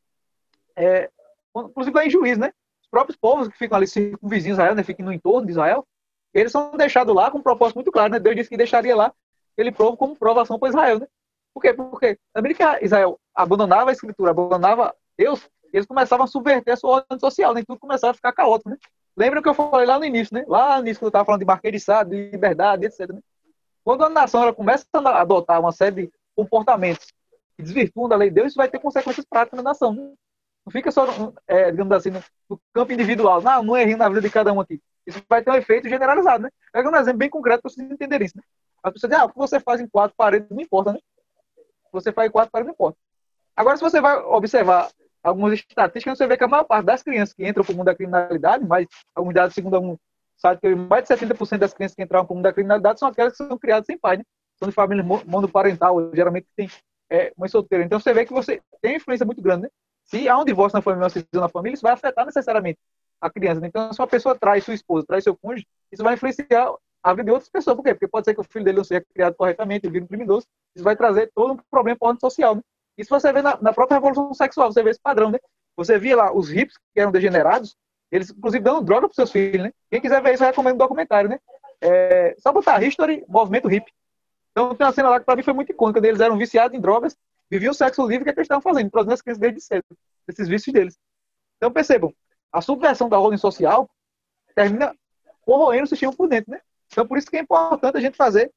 é, inclusive lá em Juízo, né? Os próprios povos que ficam ali circunvizinhos de Israel, né? Ficam no entorno de Israel, eles são deixados lá com um propósito muito claro, né? Deus disse que deixaria lá aquele povo como provação para Israel, né? Por quê? Porque na medida que Israel abandonava a escritura, abandonava Deus, eles começavam a subverter a sua ordem social, né? Tudo começava a ficar caótico, né? Lembra que eu falei lá no início, né? Lá no início, quando eu estava falando de Marquês de Sade, de liberdade, etcétera. Né? Quando a nação ela começa a adotar uma série de comportamentos que desvirtuam da lei de Deus, isso vai ter consequências práticas na nação. Né? Não fica só, é, digamos assim, no, no campo individual. Não, não errei na vida de cada um aqui. Isso vai ter um efeito generalizado, né? Pega um exemplo bem concreto para vocês entenderem isso, né? As pessoas dizem, ah, o que você faz em quatro paredes não importa, né? O que você faz em quatro paredes não importa. Agora, se você vai observar algumas estatísticas, você vê que a maior parte das crianças que entram para o mundo da criminalidade, mais alguns dados segundo um site que mais de setenta por cento das crianças que entraram para o mundo da criminalidade são aquelas que são criadas sem pai, né? São de família monoparental, geralmente tem é, mãe solteira. Então, você vê que você tem uma influência muito grande, né? Se há um divórcio na família, uma cisão na família, isso vai afetar necessariamente a criança. Então, se uma pessoa traz sua esposa, traz seu cônjuge, isso vai influenciar a vida de outras pessoas. Por quê? Porque pode ser que o filho dele não seja criado corretamente, ele vira um criminoso. Isso vai trazer todo um problema para a ordem social, né? Isso você vê na, na própria revolução sexual, você vê esse padrão, né? Você via lá os hippies, que eram degenerados, eles, inclusive, dando droga para seus filhos, né? Quem quiser ver isso, eu recomendo um documentário, né? É, só botar History, movimento hippie. Então, tem uma cena lá que para mim foi muito icônica, eles eram viciados em drogas, viviam o sexo livre, que é que eles estavam fazendo, produzindo as crianças desde cedo, esses vícios deles. Então, percebam, a subversão da ordem social termina corroendo o sistema por dentro, né? Então, por isso que é importante a gente fazer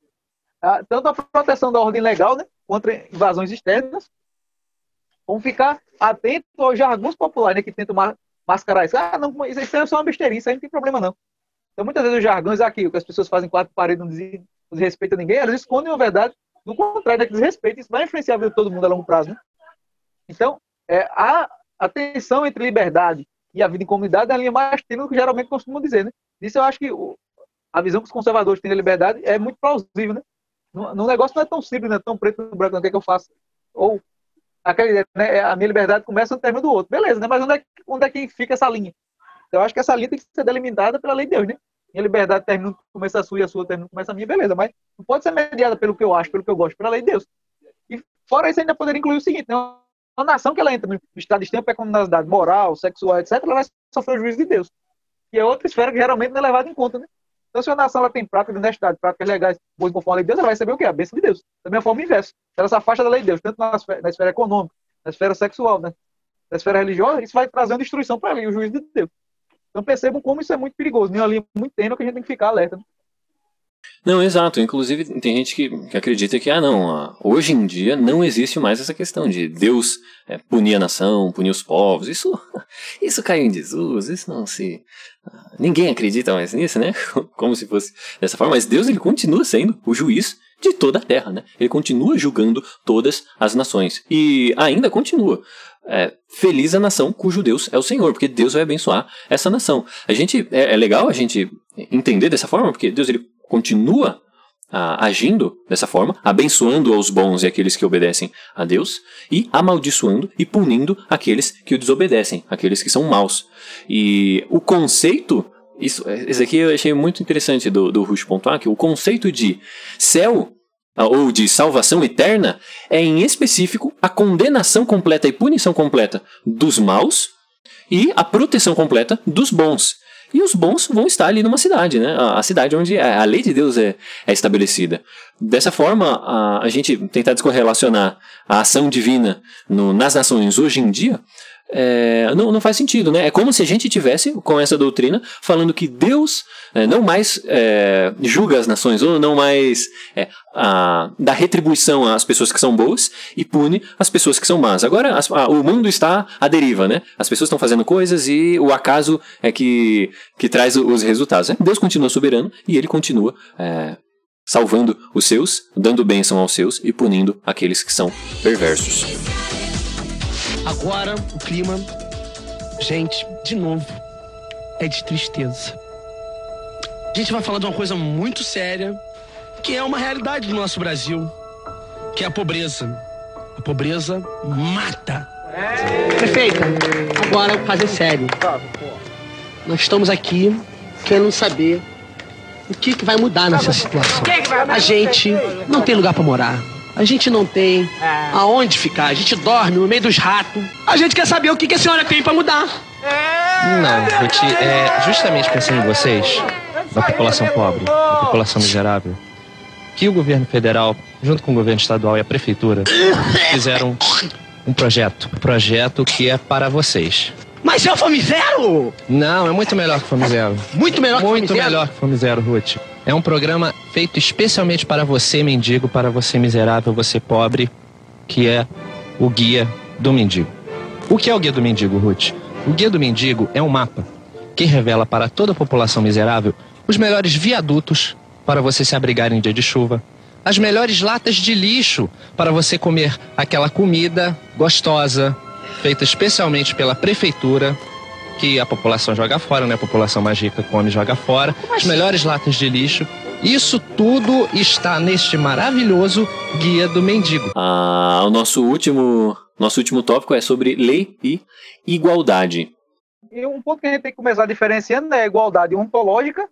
ah, tanto a proteção da ordem legal, né, contra invasões externas, como ficar atento aos jargões populares, né, que tentam ma mascarar isso. Ah, não, isso é só uma besteirinha, isso aí não tem problema, não. Então, muitas vezes os jargões aqui, o que as pessoas fazem quatro paredes, não desrespeitam ninguém, elas escondem uma verdade, no contrário, né, que desrespeito, isso vai influenciar a vida de todo mundo a longo prazo, né? Então, é, a a tensão entre liberdade e a vida em comunidade é a linha mais tênue que geralmente costumam dizer, né? Isso eu acho que o, a visão que os conservadores têm da liberdade é muito plausível, né? No, no negócio não é tão simples, não é tão preto no branco, o que é que eu faço? Ou aquela ideia, né? A minha liberdade começa no término do outro. Beleza, né? Mas onde é, onde é que fica essa linha? Então, eu acho que essa linha tem que ser delimitada pela lei de Deus, né? Minha liberdade termina começa a sua e a sua termina começa a minha, beleza, mas não pode ser mediada pelo que eu acho, pelo que eu gosto, pela lei de Deus. E fora isso, ainda poderia incluir o seguinte, né? Uma nação que ela entra no estado de extrema pecaminosidade moral, sexual, etcétera, ela vai sofrer o juízo de Deus. E é outra esfera que geralmente não é levada em conta, né? Então, se a nação ela tem prática de honestidade, práticas legais, boas conforme a lei de Deus, ela vai receber o quê? A bênção de Deus. Da mesma forma inversa. Ela se afasta da lei de Deus, tanto na esfera, na esfera econômica, na esfera sexual, né? Na esfera religiosa, isso vai trazendo destruição para ela e o juízo de Deus. Então, percebam como isso é muito perigoso. Nenhuma linha muito tênue que a gente tem que ficar alerta, né? Não, exato. Inclusive, tem gente que, que acredita que, ah, não, hoje em dia não existe mais essa questão de Deus é, punir a nação, punir os povos. Isso, isso caiu em desuso, isso não se... Ninguém acredita mais nisso, né? Como se fosse dessa forma. Mas Deus, ele continua sendo o juiz de toda a terra, né? Ele continua julgando todas as nações. E ainda continua. é, feliz a nação cujo Deus é o Senhor, porque Deus vai abençoar essa nação. A gente, é, é legal a gente entender dessa forma, porque Deus ele continua ah, agindo dessa forma, abençoando aos bons e aqueles que obedecem a Deus, e amaldiçoando e punindo aqueles que o desobedecem, aqueles que são maus. E o conceito, isso, esse aqui eu achei muito interessante do, do Rush pontuar, que o conceito de céu ou de salvação eterna é em específico a condenação completa e punição completa dos maus e a proteção completa dos bons. E os bons vão estar ali numa cidade, né? A cidade onde a lei de Deus é, é estabelecida. Dessa forma, a, a gente tentar descorrelacionar a ação divina no, nas nações hoje em dia É, não, não faz sentido, né? É como se a gente tivesse com essa doutrina falando que Deus é, não mais é, julga as nações, ou não mais é, a, dá retribuição às pessoas que são boas e pune as pessoas que são más. Agora as, a, o mundo está à deriva, né? As pessoas estão fazendo coisas e o acaso é que, que traz os resultados, né? Deus continua soberano e ele continua é, salvando os seus, dando bênção aos seus e punindo aqueles que são perversos. Agora, o clima, gente, de novo, é de tristeza. A gente vai falar de uma coisa muito séria, que é uma realidade do nosso Brasil, que é a pobreza. A pobreza mata. Prefeita, agora o caso é sério. Nós estamos aqui querendo saber o que, que vai mudar nessa situação. A gente não tem lugar para morar. A gente não tem aonde ficar, a gente dorme no meio dos ratos. A gente quer saber o que, que a senhora tem pra mudar. Não, Ruth, é justamente pensando em vocês, da população pobre, da população miserável, que o governo federal, junto com o governo estadual e a prefeitura, fizeram um projeto. Um projeto que é para vocês. Mas se é o Fome Zero? Não, é muito melhor que Fome Zero. Muito melhor que Fome Muito Zero? melhor que Fome Zero, Ruth. É um programa feito especialmente para você, mendigo, para você miserável, você pobre, que é o Guia do Mendigo. O que é o Guia do Mendigo, Ruth? O Guia do Mendigo é um mapa que revela para toda a população miserável os melhores viadutos para você se abrigar em dia de chuva, as melhores latas de lixo para você comer aquela comida gostosa, feita especialmente pela prefeitura, que a população joga fora, né? A população mais rica come e joga fora. As melhores latas de lixo. Isso tudo está neste maravilhoso Guia do Mendigo. Ah, o nosso último, nosso último tópico é sobre lei e igualdade. E um ponto que a gente tem que começar diferenciando é a igualdade ontológica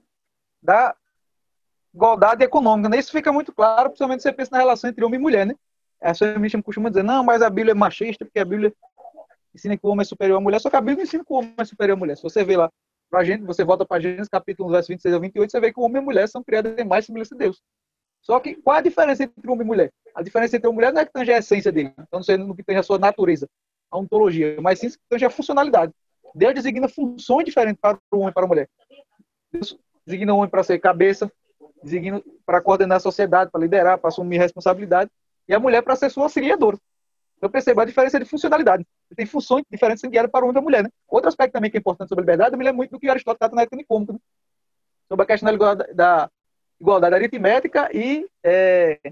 da igualdade econômica, né? Isso fica muito claro, principalmente se você pensa na relação entre homem e mulher, né? A feminista costuma dizer, não, mas a Bíblia é machista, porque a Bíblia ensina que o homem é superior à mulher, só que a Bíblia não ensina que o homem é superior à mulher. Se você vê lá, pra gente, você volta para Gênesis, capítulo um, verso vinte e seis a vinte e oito, você vê que o homem e a mulher são criados em mais semelhança de Deus. Só que qual a diferença entre homem e mulher? A diferença entre homem e mulher não é que tange a essência dele, então não sei no que tange a sua natureza, a ontologia, mas sim que tange a funcionalidade. Deus designa funções diferentes para o homem e para a mulher. Deus designa o homem para ser cabeça, designa para coordenar a sociedade, para liderar, para assumir responsabilidade, e a mulher para ser sua auxiliadora. Eu percebo a diferença de funcionalidade. Tem funções diferentes sendo guiadas para o homem e para a mulher, né? Outro aspecto também que é importante sobre a liberdade, eu me lembro muito do que Aristóteles trata na Ética Nicômaca, né? Sobre a questão da igualdade, da igualdade aritmética e é,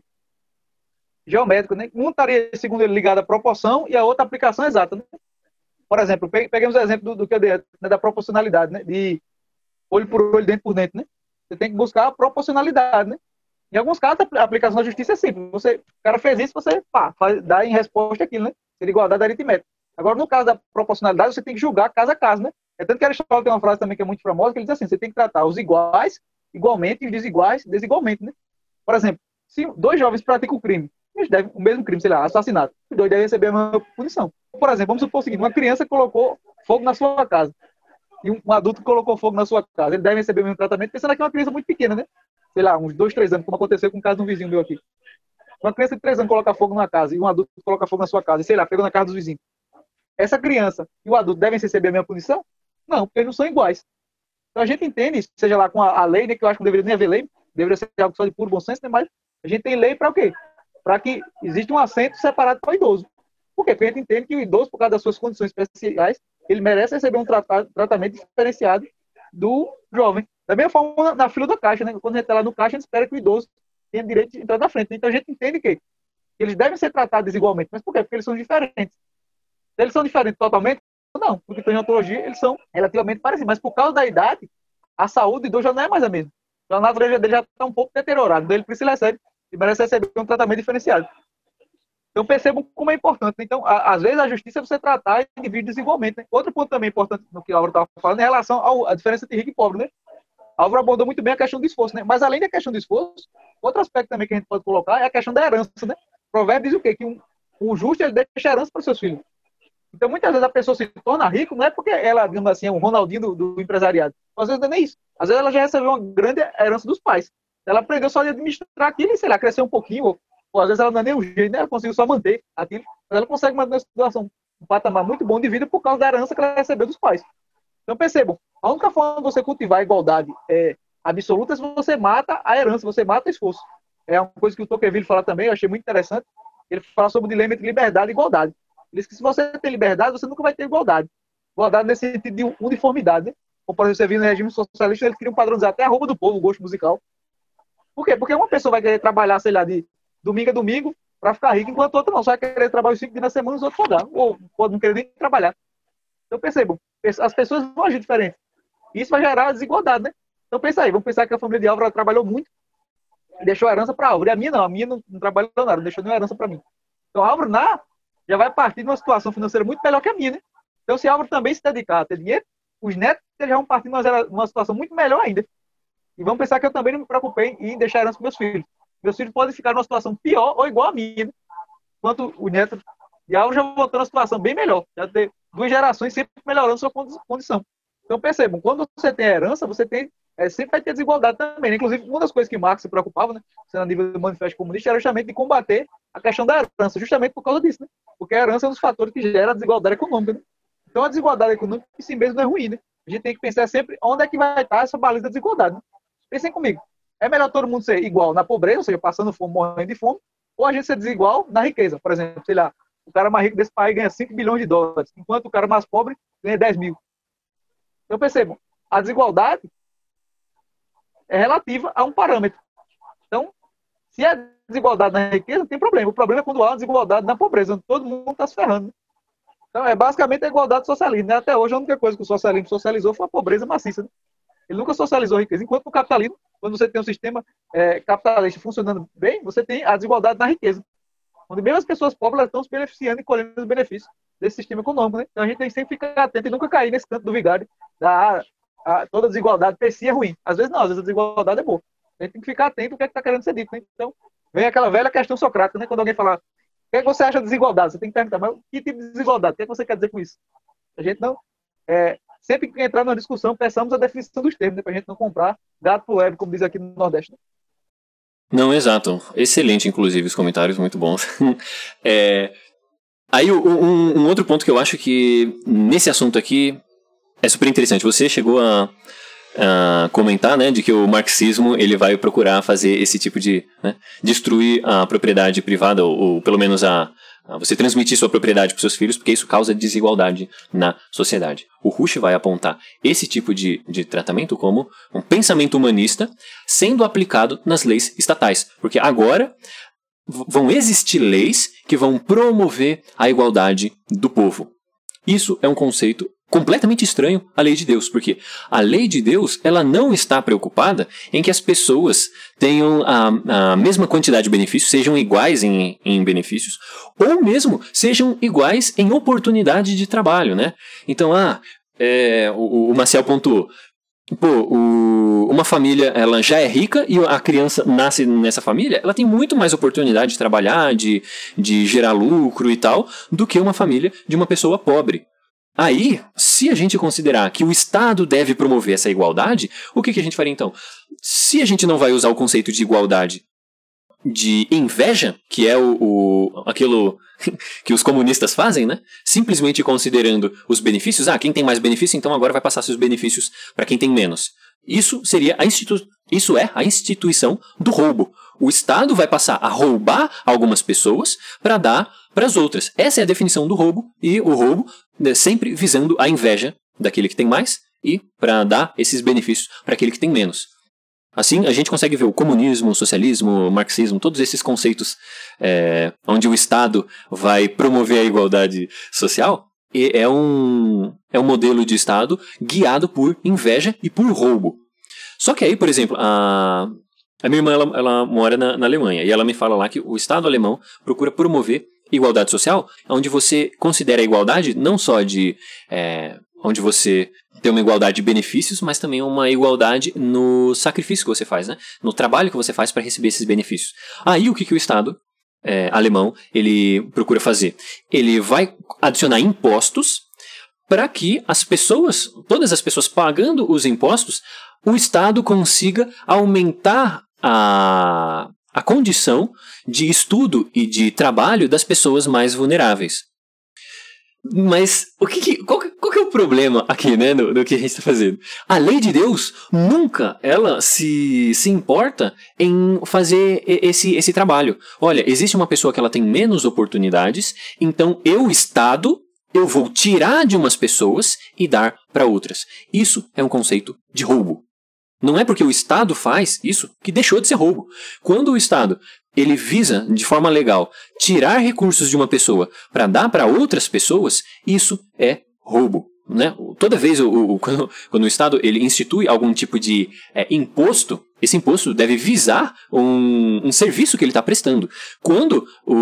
geométrica, né? Um estaria, segundo ele, ligado à proporção e a outra à aplicação exata, né? Por exemplo, peguemos o exemplo do, do que eu dei, né, da proporcionalidade, né? De olho por olho, dente por dente, né? Você tem que buscar a proporcionalidade, né? Em alguns casos, a aplicação da justiça é simples. Você, o cara fez isso, você pá, faz, dá em resposta aquilo, né? Seria igualdade aritmética. Agora, no caso da proporcionalidade, você tem que julgar caso a caso, né? É tanto que Aristóteles tem uma frase também que é muito famosa, que ele diz assim, você tem que tratar os iguais igualmente e os desiguais desigualmente, né? Por exemplo, se dois jovens praticam o crime, eles devem, o mesmo crime, sei lá, assassinato, os dois devem receber a mesma punição. Por exemplo, vamos supor o seguinte, uma criança colocou fogo na sua casa e um, um adulto colocou fogo na sua casa, eles devem receber o mesmo tratamento, pensando que é uma criança muito pequena, né? Sei lá, uns dois, três anos, como aconteceu com o caso de um vizinho meu aqui. Uma criança de três anos coloca fogo numa casa e um adulto coloca fogo na sua casa, e sei lá, pegou na casa dos vizinhos. Essa criança e o adulto devem receber a mesma punição? Não, porque eles não são iguais. Então a gente entende, seja lá com a, a lei, né, que eu acho que não deveria nem haver lei, deveria ser algo só de puro bom senso, né, mas a gente tem lei para o quê? Para que exista um assento separado para o idoso. Por quê? Porque a gente entende que o idoso, por causa das suas condições especiais, ele merece receber um tratado, tratamento diferenciado do jovem. Da mesma forma, na, na fila da caixa, né? Quando a gente está lá no caixa, a gente espera que o idoso tenha direito de entrar na frente. Então a gente entende que eles devem ser tratados desigualmente. Mas por quê? Porque eles são diferentes. Eles são diferentes totalmente? Não, porque em ontologia eles são relativamente parecidos, mas por causa da idade, a saúde do já não é mais a mesma. A natureza dele já está um pouco deteriorada, então ele precisa receber, e merece receber um tratamento diferenciado. Então percebam como é importante. Então, a, às vezes a justiça é você tratar indivíduos desigualmente. Né? Outro ponto também importante no que o Álvaro estava falando é em relação à diferença entre rico e pobre. Né? O Álvaro abordou muito bem a questão do esforço. Né? Mas além da questão do esforço, outro aspecto também que a gente pode colocar é a questão da herança. Né? O provérbio diz o quê? Que um, um justo ele deixa herança para os seus filhos. Então, muitas vezes a pessoa se torna rica, não é porque ela, digamos assim, é um Ronaldinho do, do empresariado. Às vezes não é nem isso. Às vezes ela já recebeu uma grande herança dos pais. Ela aprendeu só a administrar aquilo e, sei lá, crescer um pouquinho, ou, ou às vezes ela não é nem um jeito, né? Ela conseguiu só manter aquilo. Mas ela consegue manter uma situação, um patamar muito bom de vida por causa da herança que ela recebeu dos pais. Então, percebam, a única forma de você cultivar a igualdade é, absoluta é se você mata a herança, você mata o esforço. É uma coisa que o Tocqueville fala também, eu achei muito interessante. Ele fala sobre o dilema entre liberdade e igualdade. Ele diz que se você tem liberdade, você nunca vai ter igualdade. Igualdade nesse sentido de uniformidade, né? Como, por exemplo, você viu no regime socialista, eles queriam padronizar até a roupa do povo, o gosto musical. Por quê? Porque uma pessoa vai querer trabalhar, sei lá, de domingo a domingo para ficar rica, enquanto outra não. Só vai querer trabalhar os cinco dias na semana e os outros folgar. Ou pode não querer nem trabalhar. Então, percebam, as pessoas vão agir diferente. Isso vai gerar desigualdade, né? Então, pensa aí, vamos pensar que a família de Álvaro trabalhou muito e deixou a herança para Álvaro. E a minha não, a minha não, não trabalhou nada, não deixou nenhuma herança para mim. Então, Álvaro, na já vai partir de uma situação financeira muito melhor que a minha, né? Então, se Álvaro também se dedicar a ter dinheiro, os netos já vão partir de uma situação muito melhor ainda. E vamos pensar que eu também não me preocupei em deixar herança para meus filhos. Meus filhos podem ficar numa situação pior ou igual a minha, né? Enquanto o neto de Álvaro já voltou numa situação bem melhor. Já ter duas gerações sempre melhorando sua condição. Então, percebam, quando você tem herança, você tem, é, sempre vai ter desigualdade também. Né? Inclusive, uma das coisas que Marx se preocupava, né, sendo a nível do Manifesto Comunista, era justamente de combater a questão da herança, justamente por causa disso, né? Porque a herança é um dos fatores que gera a desigualdade econômica, né? Então, a desigualdade econômica em si mesmo não é ruim, né? A gente tem que pensar sempre onde é que vai estar essa baliza da desigualdade. Né? Pensem comigo. É melhor todo mundo ser igual na pobreza, ou seja, passando fome, morrendo de fome, ou a gente ser desigual na riqueza. Por exemplo, sei lá, o cara mais rico desse país ganha cinco bilhões de dólares, enquanto o cara mais pobre ganha dez mil. Então, percebam, a desigualdade é relativa a um parâmetro. Então, se há desigualdade na riqueza, não tem problema. O problema é quando há uma desigualdade na pobreza, onde todo mundo está se ferrando. Então, é basicamente a igualdade do socialismo. Né? Até hoje, a única coisa que o socialismo socializou foi a pobreza maciça. Né? Ele nunca socializou a riqueza. Enquanto no capitalismo, quando você tem um sistema é, capitalista funcionando bem, você tem a desigualdade na riqueza. Onde mesmo as pessoas pobres estão se beneficiando e colhendo os benefícios desse sistema econômico. Né? Então, a gente tem que sempre ficar atento e nunca cair nesse canto do vigário da a, toda desigualdade per si é ruim. Às vezes não, às vezes a desigualdade é boa. A gente tem que ficar atento ao que é que está querendo ser dito. Né? Então, vem aquela velha questão socrática, né? Quando alguém fala, o que é que você acha de desigualdade? Você tem que perguntar, mas que tipo de desigualdade? O que é que você quer dizer com isso? A gente não... É, sempre que entrar numa discussão, peçamos a definição dos termos, né? Para a gente não comprar gato pro web, como diz aqui no Nordeste. Né? Não, exato. Excelente, inclusive, os comentários, muito bons. é... Aí, um, um outro ponto que eu acho que, nesse assunto aqui, é super interessante. Você chegou a, a comentar, né, de que o marxismo ele vai procurar fazer esse tipo de... Né, destruir a propriedade privada, ou, ou pelo menos a, a você transmitir sua propriedade para seus filhos, porque isso causa desigualdade na sociedade. O Rush vai apontar esse tipo de, de tratamento como um pensamento humanista sendo aplicado nas leis estatais. Porque agora vão existir leis que vão promover a igualdade do povo. Isso é um conceito completamente estranho à lei de Deus, porque a lei de Deus ela não está preocupada em que as pessoas tenham a, a mesma quantidade de benefícios, sejam iguais em, em benefícios, ou mesmo sejam iguais em oportunidade de trabalho, né? Então, ah, é, o, o Maciel pontuou, pô, o, uma família ela já é rica e a criança nasce nessa família, ela tem muito mais oportunidade de trabalhar, de, de gerar lucro e tal, do que uma família de uma pessoa pobre. Aí, se a gente considerar que o Estado deve promover essa igualdade, o que, que a gente faria então? Se a gente não vai usar o conceito de igualdade de inveja, que é o, o, aquilo que os comunistas fazem, né? Simplesmente considerando os benefícios, ah, quem tem mais benefício, então agora vai passar seus benefícios para quem tem menos. Isso seria a institu- isso é a instituição do roubo. O Estado vai passar a roubar algumas pessoas para dar para as outras. Essa é a definição do roubo, e o roubo né, sempre visando a inveja daquele que tem mais e para dar esses benefícios para aquele que tem menos. Assim, a gente consegue ver o comunismo, o socialismo, o marxismo, todos esses conceitos é, onde o Estado vai promover a igualdade social, é um, é um modelo de Estado guiado por inveja e por roubo. Só que aí, por exemplo, a, a minha irmã ela, ela mora na, na Alemanha e ela me fala lá que o Estado alemão procura promover igualdade social, onde você considera a igualdade não só de... É, onde você tem uma igualdade de benefícios, mas também uma igualdade no sacrifício que você faz, né? No trabalho que você faz para receber esses benefícios. Aí o que, que o Estado é, alemão ele procura fazer? Ele vai adicionar impostos para que as pessoas, todas as pessoas pagando os impostos, o Estado consiga aumentar a, a condição de estudo e de trabalho das pessoas mais vulneráveis. Mas o que, que, qual, qual que é o problema aqui, né, no, no que a gente está fazendo? A lei de Deus nunca ela se, se importa em fazer esse, esse trabalho. Olha, existe uma pessoa que ela tem menos oportunidades, então eu, Estado, eu vou tirar de umas pessoas e dar para outras. Isso é um conceito de roubo. Não é porque o Estado faz isso que deixou de ser roubo. Quando o Estado ele visa, de forma legal, tirar recursos de uma pessoa para dar para outras pessoas, isso é roubo. Né? Toda vez o, o, quando, quando o Estado ele institui algum tipo de é, imposto, esse imposto deve visar um, um serviço que ele está prestando. Quando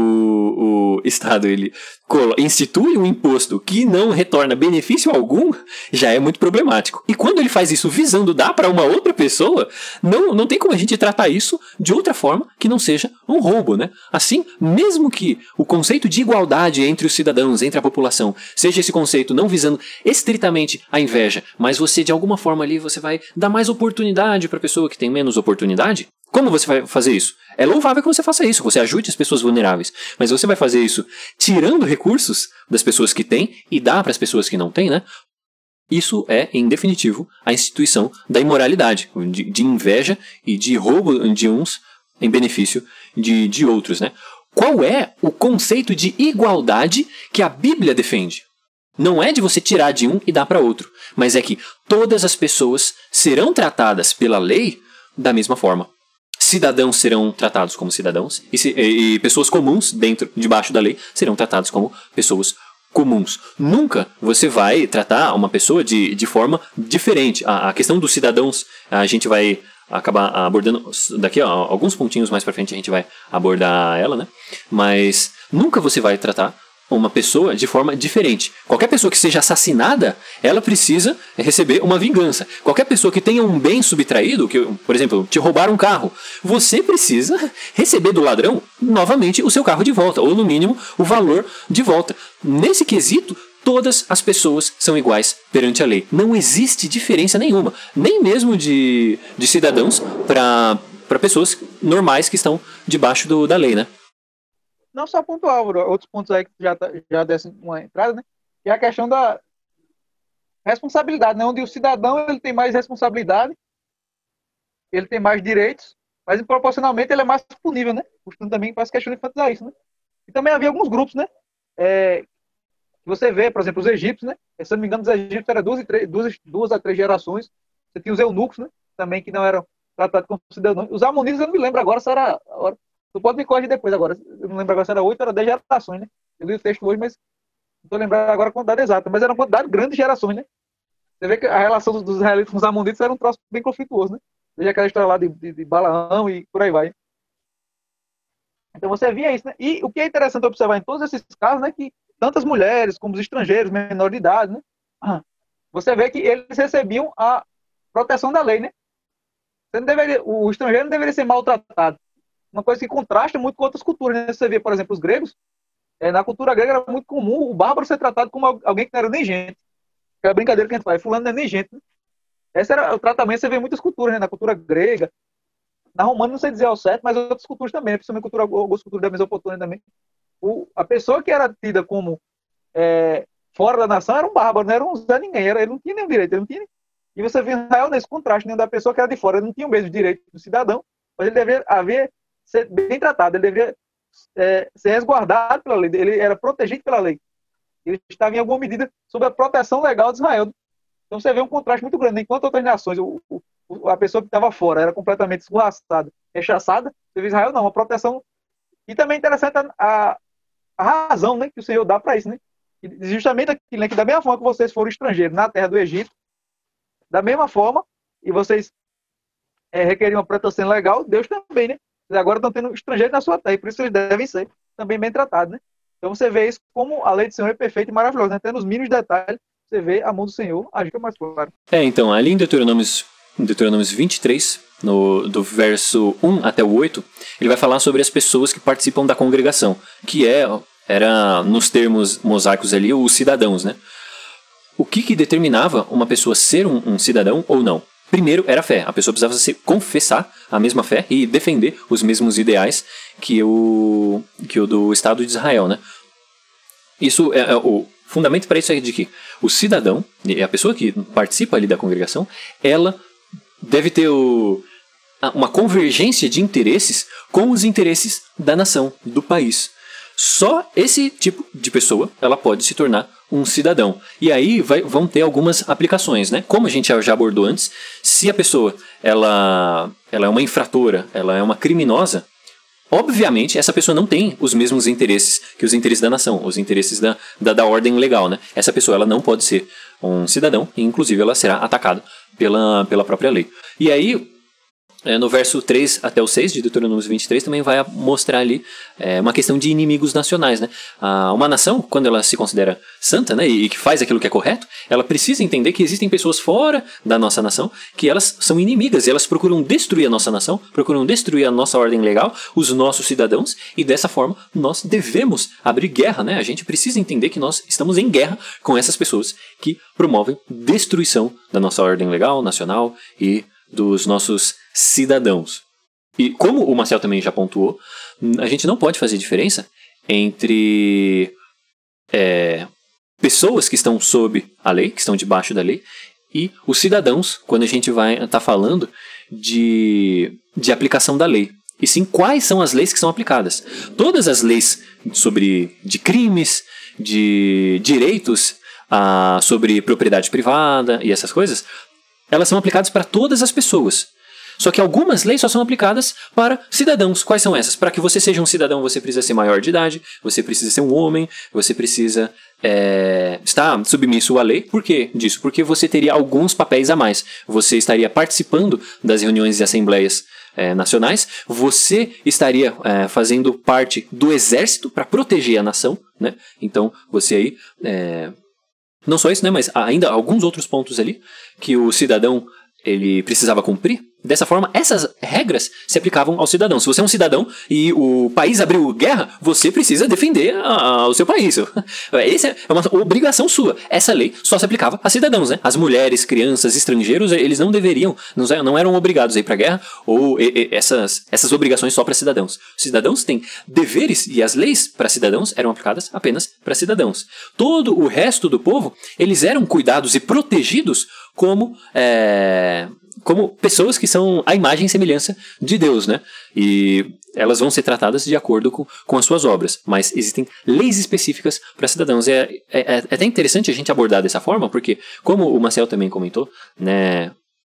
o, o Estado ele institui um imposto que não retorna benefício algum, já é muito problemático. E quando ele faz isso visando dar para uma outra pessoa, não, não tem como a gente tratar isso de outra forma que não seja um roubo. Né? Assim, mesmo que o conceito de igualdade entre os cidadãos, entre a população, seja esse conceito não visando estritamente a inveja, mas você de alguma forma ali você vai dar mais oportunidade para a pessoa que tem menos oportunidade. Como você vai fazer isso? É louvável que você faça isso, que você ajude as pessoas vulneráveis, mas você vai fazer isso tirando recursos das pessoas que têm e dá para as pessoas que não têm, né? Isso é, em definitivo, a instituição da imoralidade, de, de inveja e de roubo de uns em benefício de, de outros, né? Qual é o conceito de igualdade que a Bíblia defende? Não é de você tirar de um e dar para outro, mas é que todas as pessoas serão tratadas pela lei da mesma forma. Cidadãos serão tratados como cidadãos e, se, e, e pessoas comuns dentro, debaixo da lei serão tratadas como pessoas comuns. Nunca você vai tratar uma pessoa de, de forma diferente. A, a questão dos cidadãos a gente vai acabar abordando daqui a alguns pontinhos mais para frente a gente vai abordar ela, né? Mas nunca você vai tratar uma pessoa de forma diferente. Qualquer pessoa que seja assassinada, ela precisa receber uma vingança. Qualquer pessoa que tenha um bem subtraído, que, por exemplo, te roubaram um carro, você precisa receber do ladrão novamente o seu carro de volta, ou no mínimo o valor de volta. Nesse quesito, todas as pessoas são iguais perante a lei. Não existe diferença nenhuma, nem mesmo de, de cidadãos para para pessoas normais que estão debaixo do, da lei, né? Não só ponto Álvaro, outros pontos aí que já, já desse uma entrada, né? Que é a questão da responsabilidade, né? Onde o cidadão ele tem mais responsabilidade, ele tem mais direitos, mas proporcionalmente ele é mais punível, né? O estudo também faz questão de enfatizar isso, né? E também havia alguns grupos, né? É, que você vê, por exemplo, os egípcios, né? Se eu não me engano, os egípcios eram duas, e três, duas, duas a três gerações. Você tinha os eunucos, né? Também que não eram tratados como cidadãos. Os amonitas eu não me lembro agora se era... Tu pode me corrigir depois agora. Eu não lembro agora se era oito ou era dez gerações, né? Eu li o texto hoje, mas não estou lembrando agora a quantidade exata. Mas era uma quantidade grande de gerações, né? Você vê que a relação dos israelitas com os amonitas era um troço bem conflituoso, né? Veja aquela história lá de, de, de Balaão e por aí vai. Então você via isso, né? E o que é interessante observar em todos esses casos, né? Que tantas mulheres como os estrangeiros, menores de idade, né? Você vê que eles recebiam a proteção da lei, né? Você não deveria, o estrangeiro não deveria ser maltratado. Uma coisa que contrasta muito com outras culturas, né? Você vê, por exemplo, os gregos, é, na cultura grega era muito comum o bárbaro ser tratado como alguém que não era nem gente. Aquela brincadeira que a gente faz, fulano não é nem gente. Né? Esse era o tratamento, você vê em muitas culturas, né? Na cultura grega, na romana não sei dizer ao certo, mas outras culturas também, principalmente cultura, algumas culturas da Mesopotâmia também. O, a pessoa que era tida como é, fora da nação era um bárbaro, não era um Zé Ninguém, era, ele não tinha nenhum direito, ele não tinha. E você vê em Israel nesse contraste, né? Da pessoa que era de fora, ele não tinha o mesmo direito do cidadão, mas ele deveria haver ser bem tratado, ele deveria é, ser resguardado pela lei, ele era protegido pela lei. Ele estava em alguma medida sob a proteção legal de Israel. Então você vê um contraste muito grande. Enquanto outras nações, o, o, a pessoa que estava fora era completamente escorraçada, rechaçada, você vê Israel não, uma proteção. E também é interessante a, a, a razão, né, que o Senhor dá para isso. Né? E justamente aquilo, né, que da mesma forma que vocês foram estrangeiros na terra do Egito, da mesma forma, e vocês é, requeriam uma proteção legal, Deus também, né? Eles agora estão tendo estrangeiros na sua terra, e por isso eles devem ser também bem tratados, né? Então você vê isso como a lei do Senhor é perfeita e maravilhosa, né? Até nos mínimos detalhes, você vê a mão do Senhor agindo mais claro. É, então, ali em Deuteronômios, Deuteronômios vinte e três, no, do verso um até o oito, ele vai falar sobre as pessoas que participam da congregação, que é, era, nos termos mosaicos ali, os cidadãos, né? O que, que determinava uma pessoa ser um, um cidadão ou não? Primeiro era a fé. A pessoa precisava se confessar a mesma fé e defender os mesmos ideais que o, que o do Estado de Israel, né? Isso é, é o fundamento para isso é de que o cidadão, a pessoa que participa ali da congregação, ela deve ter o, uma convergência de interesses com os interesses da nação, do país. Só esse tipo de pessoa ela pode se tornar um cidadão. E aí vai, vão ter algumas aplicações, né? Como a gente já abordou antes, se a pessoa ela, ela é uma infratora, ela é uma criminosa, obviamente essa pessoa não tem os mesmos interesses que os interesses da nação, os interesses da, da, da ordem legal, né? Essa pessoa ela não pode ser um cidadão e inclusive ela será atacada pela, pela própria lei. E aí, no verso três até o seis de Deuteronômio vinte e três também vai mostrar ali é, uma questão de inimigos nacionais, né? Ah, uma nação, quando ela se considera santa, né, e que faz aquilo que é correto, ela precisa entender que existem pessoas fora da nossa nação que elas são inimigas e elas procuram destruir a nossa nação, procuram destruir a nossa ordem legal, os nossos cidadãos, e dessa forma nós devemos abrir guerra, né? A gente precisa entender que nós estamos em guerra com essas pessoas que promovem destruição da nossa ordem legal, nacional e dos nossos cidadãos. E como o Marcel também já pontuou, a gente não pode fazer diferença entre é, pessoas que estão sob a lei, que estão debaixo da lei, e os cidadãos, quando a gente vai estar tá falando de, de aplicação da lei. E sim, quais são as leis que são aplicadas. Todas as leis sobre de crimes, de direitos, ah, sobre propriedade privada e essas coisas, elas são aplicadas para todas as pessoas. Só que algumas leis só são aplicadas para cidadãos. Quais são essas? Para que você seja um cidadão, você precisa ser maior de idade, você precisa ser um homem, você precisa é, estar submisso à lei. Por que disso? Porque você teria alguns papéis a mais. Você estaria participando das reuniões e assembleias é, nacionais, você estaria é, fazendo parte do exército para proteger a nação, né? Então, você aí... É, não só isso, né, mas ainda alguns outros pontos ali que o cidadão ele precisava cumprir. Dessa forma, essas regras se aplicavam ao cidadão. Se você é um cidadão e o país abriu guerra, você precisa defender a, o seu país. Essa é uma obrigação sua. Essa lei só se aplicava a cidadãos, né? As mulheres, crianças, estrangeiros, eles não deveriam, não eram obrigados a ir para a guerra, ou e, e, essas, essas obrigações só para cidadãos. Os cidadãos têm deveres e as leis para cidadãos eram aplicadas apenas para cidadãos. Todo o resto do povo, eles eram cuidados e protegidos como... É, como pessoas que são a imagem e semelhança de Deus, né? E elas vão ser tratadas de acordo com, com as suas obras. Mas existem leis específicas para cidadãos. É, é, é até interessante a gente abordar dessa forma, porque, como o Marcel também comentou, né,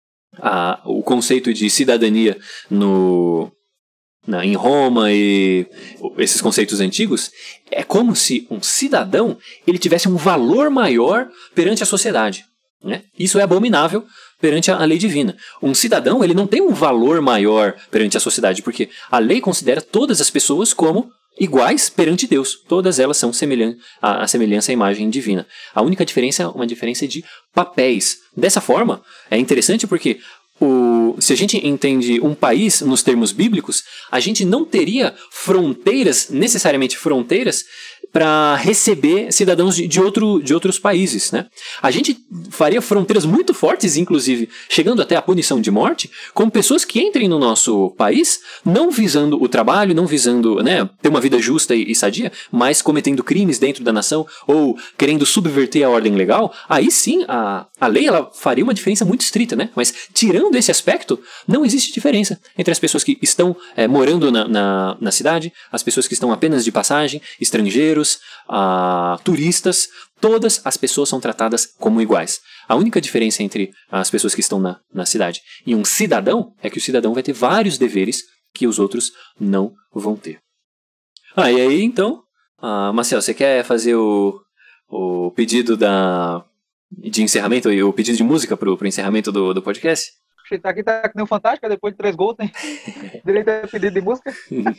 a, o conceito de cidadania no, na, em Roma e esses conceitos antigos, é como se um cidadão ele tivesse um valor maior perante a sociedade. Né? Isso é abominável perante a lei divina. Um cidadão ele não tem um valor maior perante a sociedade, porque a lei considera todas as pessoas como iguais perante Deus. Todas elas são semelhan- a, a semelhança à imagem divina. A única diferença é uma diferença de papéis. Dessa forma, é interessante porque o, se a gente entende um país nos termos bíblicos, a gente não teria fronteiras, necessariamente fronteiras, para receber cidadãos de, de, outro, de outros países, né? A gente faria fronteiras muito fortes, inclusive, chegando até a punição de morte, com pessoas que entrem no nosso país, não visando o trabalho, não visando, né, ter uma vida justa e, e sadia, mas cometendo crimes dentro da nação, ou querendo subverter a ordem legal. Aí sim, a, a lei ela faria uma diferença muito estrita, né? Mas tirando esse aspecto, não existe diferença entre as pessoas que estão é, morando na, na, na cidade, as pessoas que estão apenas de passagem, estrangeiros, Uh, turistas, todas as pessoas são tratadas como iguais. A única diferença entre as pessoas que estão na, na cidade e um cidadão é que o cidadão vai ter vários deveres que os outros não vão ter. Ah, e aí então, uh, Marcel, você quer fazer o, o pedido da, de encerramento, e o pedido de música pro, pro encerramento do, do podcast? Você tá aqui, tá que nem o Fantástico, depois de três gols, tem direito a pedido de música.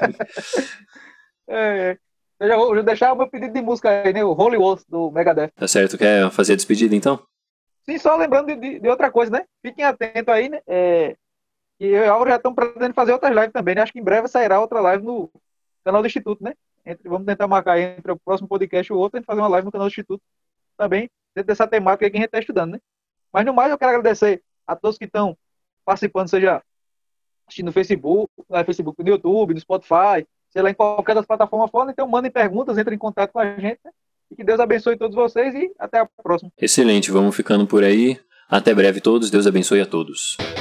é, é. Eu já vou, vou deixar o meu pedido de música aí, né? O Holy Wars do Megadeth. Tá certo, quer fazer a despedida então? Sim, só lembrando de, de, de outra coisa, né? Fiquem atentos aí, né? É, e eu e o Álvaro já estamos pretendendo fazer outras lives também, né? Acho que em breve sairá outra live no canal do Instituto, né? Entre, vamos tentar marcar entre o próximo podcast e o outro, a gente fazer uma live no canal do Instituto também, dentro dessa temática aí que a gente está estudando, né? Mas no mais, eu quero agradecer a todos que estão participando, seja assistindo no Facebook, no Facebook, no YouTube, no Spotify, sei lá, em qualquer das plataformas fora. Então, mandem perguntas, entrem em contato com a gente, né? E que Deus abençoe todos vocês e até a próxima. Excelente, vamos ficando por aí. Até breve todos, Deus abençoe a todos.